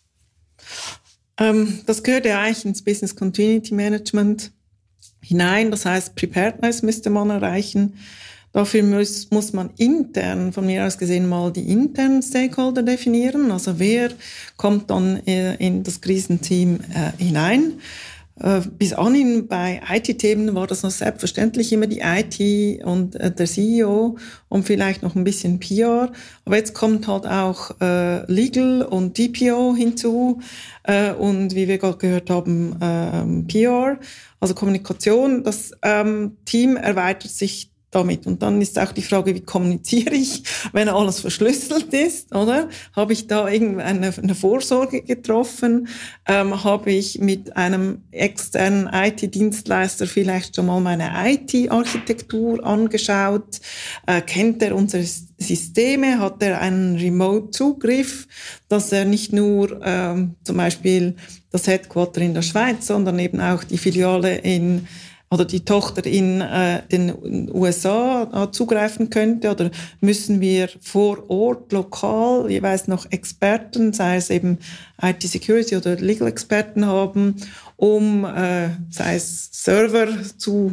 Das gehört ja eigentlich ins Business Continuity Management hinein. Das heißt, Preparedness müsste man erreichen. Dafür muss man intern, von mir aus gesehen, mal die internen Stakeholder definieren. Also wer kommt dann in das Krisenteam hinein? Bis anhin bei IT-Themen war das noch selbstverständlich immer die IT und der CEO und vielleicht noch ein bisschen PR. Aber jetzt kommt halt auch Legal und DPO hinzu und wie wir gerade gehört haben, PR, also Kommunikation. Das Team erweitert sich damit. Und dann ist auch die Frage, wie kommuniziere ich, wenn alles verschlüsselt ist, oder? Habe ich da irgendeine Vorsorge getroffen? Habe ich mit einem externen IT-Dienstleister vielleicht schon mal meine IT-Architektur angeschaut? Kennt er unsere Systeme? Hat er einen Remote-Zugriff, dass er nicht nur zum Beispiel das Headquarter in der Schweiz, sondern eben auch die Filiale oder die Tochter in den USA zugreifen könnte, oder müssen wir vor Ort lokal jeweils noch Experten, sei es eben IT-Security oder Legal-Experten haben, um sei es Server zu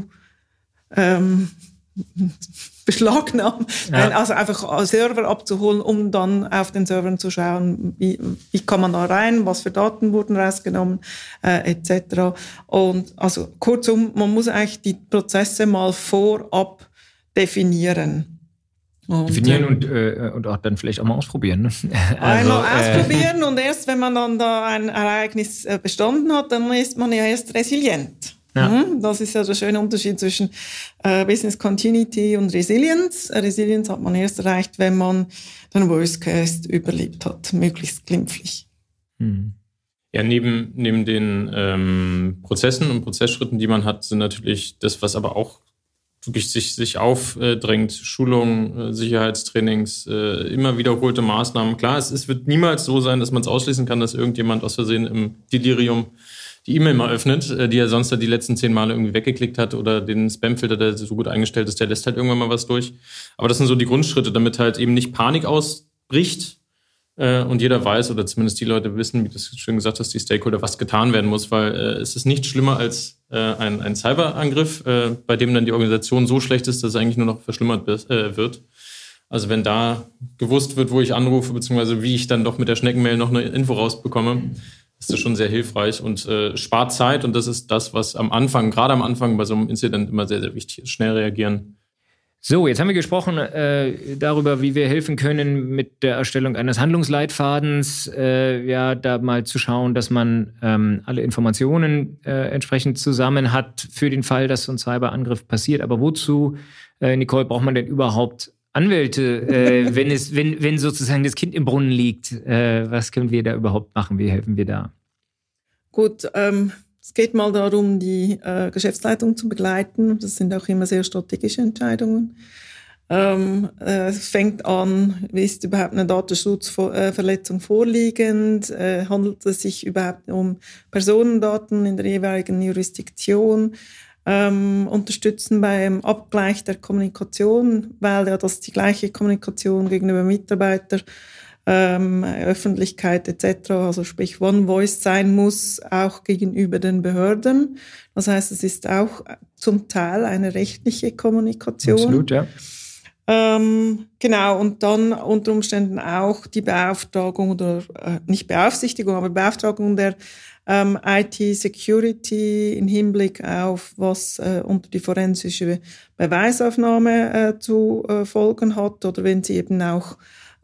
beschlagnahmen, also einfach Server abzuholen, um dann auf den Servern zu schauen, wie kann man da rein, was für Daten wurden rausgenommen, etc. Und also kurzum, man muss eigentlich die Prozesse mal vorab definieren. Und auch dann vielleicht auch mal ausprobieren. Ne? Einmal ausprobieren und erst, wenn man dann da ein Ereignis bestanden hat, dann ist man ja erst resilient. Ja. Das ist ja der schöne Unterschied zwischen Business Continuity und Resilience. Resilience hat man erst erreicht, wenn man den Worst Case überlebt hat, möglichst glimpflich. Ja, neben den Prozessen und Prozessschritten, die man hat, sind natürlich das, was aber auch wirklich sich aufdrängt, Schulungen, Sicherheitstrainings, immer wiederholte Maßnahmen. Klar, es wird niemals so sein, dass man es ausschließen kann, dass irgendjemand aus Versehen im Delirium die E-Mail mal öffnet, die er sonst die letzten 10 Male irgendwie weggeklickt hat, oder den Spamfilter, der so gut eingestellt ist, der lässt halt irgendwann mal was durch. Aber das sind so die Grundschritte, damit halt eben nicht Panik ausbricht und jeder weiß, oder zumindest die Leute wissen, wie du es schön gesagt hast, die Stakeholder, was getan werden muss, weil es ist nicht schlimmer als ein Cyberangriff, bei dem dann die Organisation so schlecht ist, dass es eigentlich nur noch verschlimmert wird. Also wenn da gewusst wird, wo ich anrufe, beziehungsweise wie ich dann doch mit der Schneckenmail noch eine Info rausbekomme, ist das schon sehr hilfreich und spart Zeit. Und das ist das, was gerade am Anfang bei so einem Incident immer sehr, sehr wichtig ist. Schnell reagieren. So, jetzt haben wir gesprochen darüber, wie wir helfen können mit der Erstellung eines Handlungsleitfadens. Da mal zu schauen, dass man alle Informationen entsprechend zusammen hat für den Fall, dass so ein Cyberangriff passiert. Aber wozu, Nicole, braucht man denn überhaupt Anwälte, wenn sozusagen das Kind im Brunnen liegt? Was können wir da überhaupt machen? Wie helfen wir da? Gut, es geht mal darum, die Geschäftsleitung zu begleiten. Das sind auch immer sehr strategische Entscheidungen. Es fängt an, ist überhaupt eine Datenschutzverletzung vorliegend? Handelt es sich überhaupt um Personendaten in der jeweiligen Jurisdiktion? Unterstützen beim Abgleich der Kommunikation, weil ja das die gleiche Kommunikation gegenüber Mitarbeitern, Öffentlichkeit etc., also sprich One Voice sein muss, auch gegenüber den Behörden. Das heißt, es ist auch zum Teil eine rechtliche Kommunikation. Absolut, ja. Genau, und dann unter Umständen auch die Beauftragung oder nicht Beaufsichtigung, aber Beauftragung der IT-Security im Hinblick auf, was unter die forensische Beweisaufnahme zu folgen hat, oder wenn sie eben auch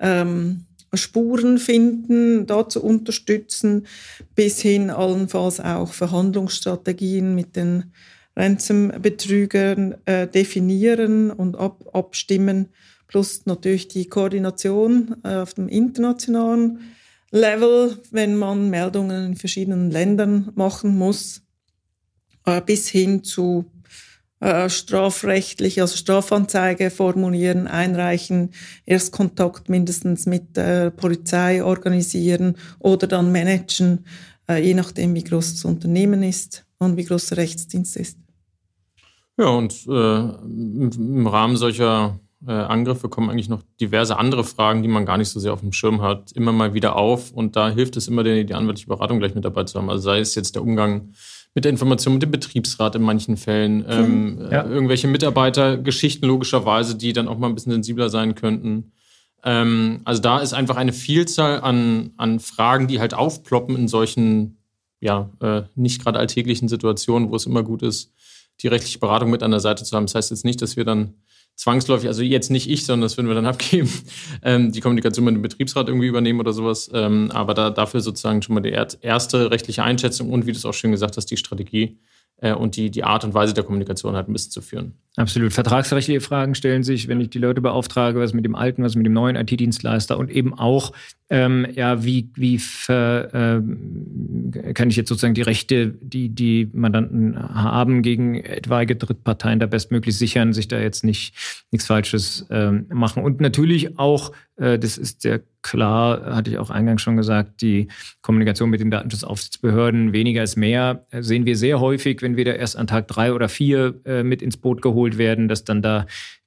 Spuren finden, da zu unterstützen, bis hin allenfalls auch Verhandlungsstrategien mit den Ransom-Betrügern definieren und abstimmen, plus natürlich die Koordination auf dem internationalen Level, wenn man Meldungen in verschiedenen Ländern machen muss, bis hin zu strafrechtlich, also Strafanzeige formulieren, einreichen, Erstkontakt mindestens mit der Polizei organisieren oder dann managen, je nachdem, wie groß das Unternehmen ist und wie groß der Rechtsdienst ist. Ja, und im Rahmen solcher Angriffe kommen eigentlich noch diverse andere Fragen, die man gar nicht so sehr auf dem Schirm hat, immer mal wieder auf. Und da hilft es immer, die anwaltliche Beratung gleich mit dabei zu haben. Also sei es jetzt der Umgang mit der Information mit dem Betriebsrat in manchen Fällen, irgendwelche Mitarbeitergeschichten logischerweise, die dann auch mal ein bisschen sensibler sein könnten. Also da ist einfach eine Vielzahl an Fragen, die halt aufploppen in solchen nicht gerade alltäglichen Situationen, wo es immer gut ist, die rechtliche Beratung mit an der Seite zu haben. Das heißt jetzt nicht, dass wir dann zwangsläufig, also jetzt nicht ich, sondern das würden wir dann abgeben, die Kommunikation mit dem Betriebsrat irgendwie übernehmen oder sowas. Aber dafür sozusagen schon mal die erste rechtliche Einschätzung und, wie du es auch schön gesagt hast, die Strategie und die Art und Weise der Kommunikation halt ein bisschen zu führen. Absolut. Vertragsrechtliche Fragen stellen sich, wenn ich die Leute beauftrage, was mit dem alten, was mit dem neuen IT-Dienstleister und eben auch, wie kann ich jetzt sozusagen die Rechte, die Mandanten haben, gegen etwaige Drittparteien da bestmöglich sichern, sich da jetzt nichts Falsches machen. Und natürlich auch, das ist sehr klar, hatte ich auch eingangs schon gesagt, die Kommunikation mit den Datenschutzaufsichtsbehörden, weniger ist mehr, sehen wir sehr häufig, wenn wir da erst an Tag 3 oder 4 mit ins Boot geholt werden, dass dann da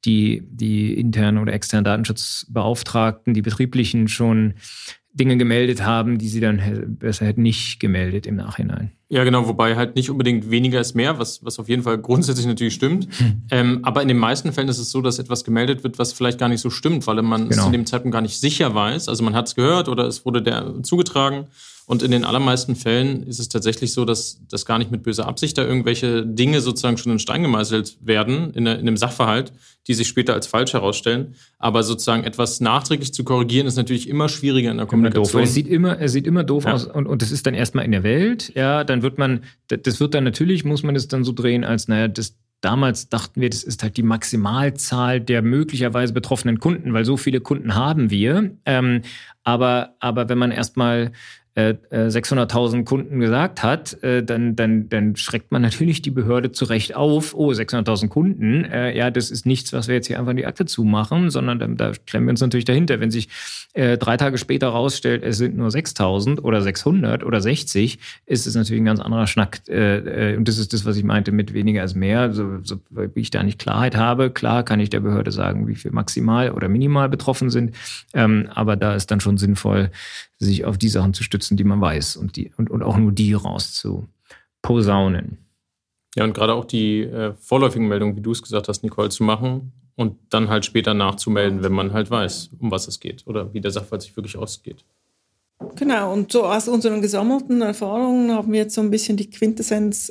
die internen oder externen Datenschutzbeauftragten, die betrieblichen, schon Dinge gemeldet haben, die sie dann besser hätten nicht gemeldet im Nachhinein. Ja, genau, wobei halt nicht unbedingt weniger ist mehr, was auf jeden Fall grundsätzlich natürlich stimmt. Aber in den meisten Fällen ist es so, dass etwas gemeldet wird, was vielleicht gar nicht so stimmt, weil man es zu dem Zeitpunkt gar nicht sicher weiß. Also man hat es gehört oder es wurde der zugetragen. Und in den allermeisten Fällen ist es tatsächlich so, dass das gar nicht mit böser Absicht da irgendwelche Dinge sozusagen schon in Stein gemeißelt werden, in einem Sachverhalt, die sich später als falsch herausstellen. Aber sozusagen etwas nachträglich zu korrigieren, ist natürlich immer schwieriger in der Kommunikation. Es sieht immer doof aus und das ist dann erstmal in der Welt. Ja, dann wird dann natürlich, muss man es dann so drehen, als, damals dachten wir, das ist halt die Maximalzahl der möglicherweise betroffenen Kunden, weil so viele Kunden haben wir. Aber wenn man erstmal 600.000 Kunden gesagt hat, dann schreckt man natürlich die Behörde zu Recht auf. Oh, 600.000 Kunden, das ist nichts, was wir jetzt hier einfach in die Akte zumachen, sondern da klemmen wir uns natürlich dahinter. Wenn sich 3 Tage später rausstellt, es sind nur 6.000 oder 600 oder 60, ist es natürlich ein ganz anderer Schnack. Und das ist das, was ich meinte mit weniger ist mehr. So wie ich da nicht Klarheit habe, klar kann ich der Behörde sagen, wie viel maximal oder minimal betroffen sind. Aber da ist dann schon sinnvoll, sich auf die Sachen zu stützen, die man weiß und auch nur die rauszuposaunen. Ja, und gerade auch die vorläufigen Meldungen, wie du es gesagt hast, Nicole, zu machen und dann halt später nachzumelden, wenn man halt weiß, um was es geht oder wie der Sachverhalt sich wirklich ausgeht. Genau, und so aus unseren gesammelten Erfahrungen haben wir jetzt so ein bisschen die Quintessenz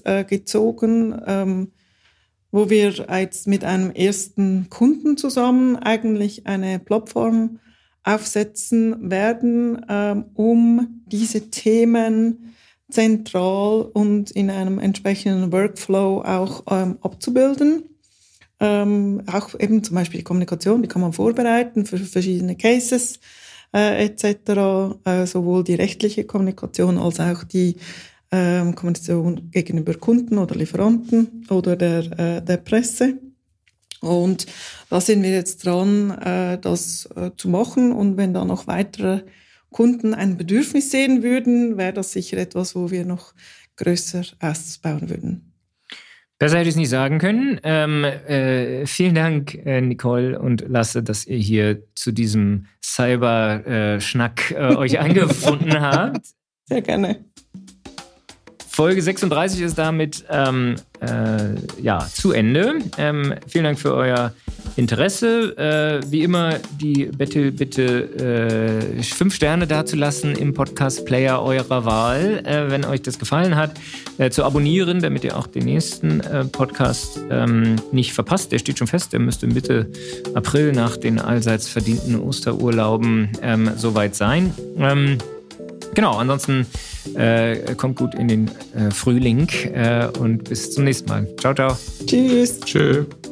gezogen, wo wir jetzt mit einem ersten Kunden zusammen eigentlich eine Plattform aufsetzen werden, um diese Themen zentral und in einem entsprechenden Workflow auch abzubilden. Auch eben zum Beispiel die Kommunikation, die kann man vorbereiten für verschiedene Cases etc. Sowohl die rechtliche Kommunikation als auch die Kommunikation gegenüber Kunden oder Lieferanten oder der Presse. Und da sind wir jetzt dran, das zu machen. Und wenn da noch weitere Kunden ein Bedürfnis sehen würden, wäre das sicher etwas, wo wir noch größer ausbauen würden. Besser hätte ich es nicht sagen können. Vielen Dank, Nicole und Lasse, dass ihr hier zu diesem Cyber-Schnack euch eingefunden habt. Sehr gerne. Folge 36 ist damit zu Ende. Vielen Dank für euer Interesse. Wie immer die bitte 5 Sterne dazulassen im Podcast-Player eurer Wahl, wenn euch das gefallen hat. Zu abonnieren, damit ihr auch den nächsten Podcast nicht verpasst. Der steht schon fest, der müsste Mitte April nach den allseits verdienten Osterurlauben soweit sein. Genau, ansonsten kommt gut in den Frühling und bis zum nächsten Mal. Ciao, ciao. Tschüss. Tschö.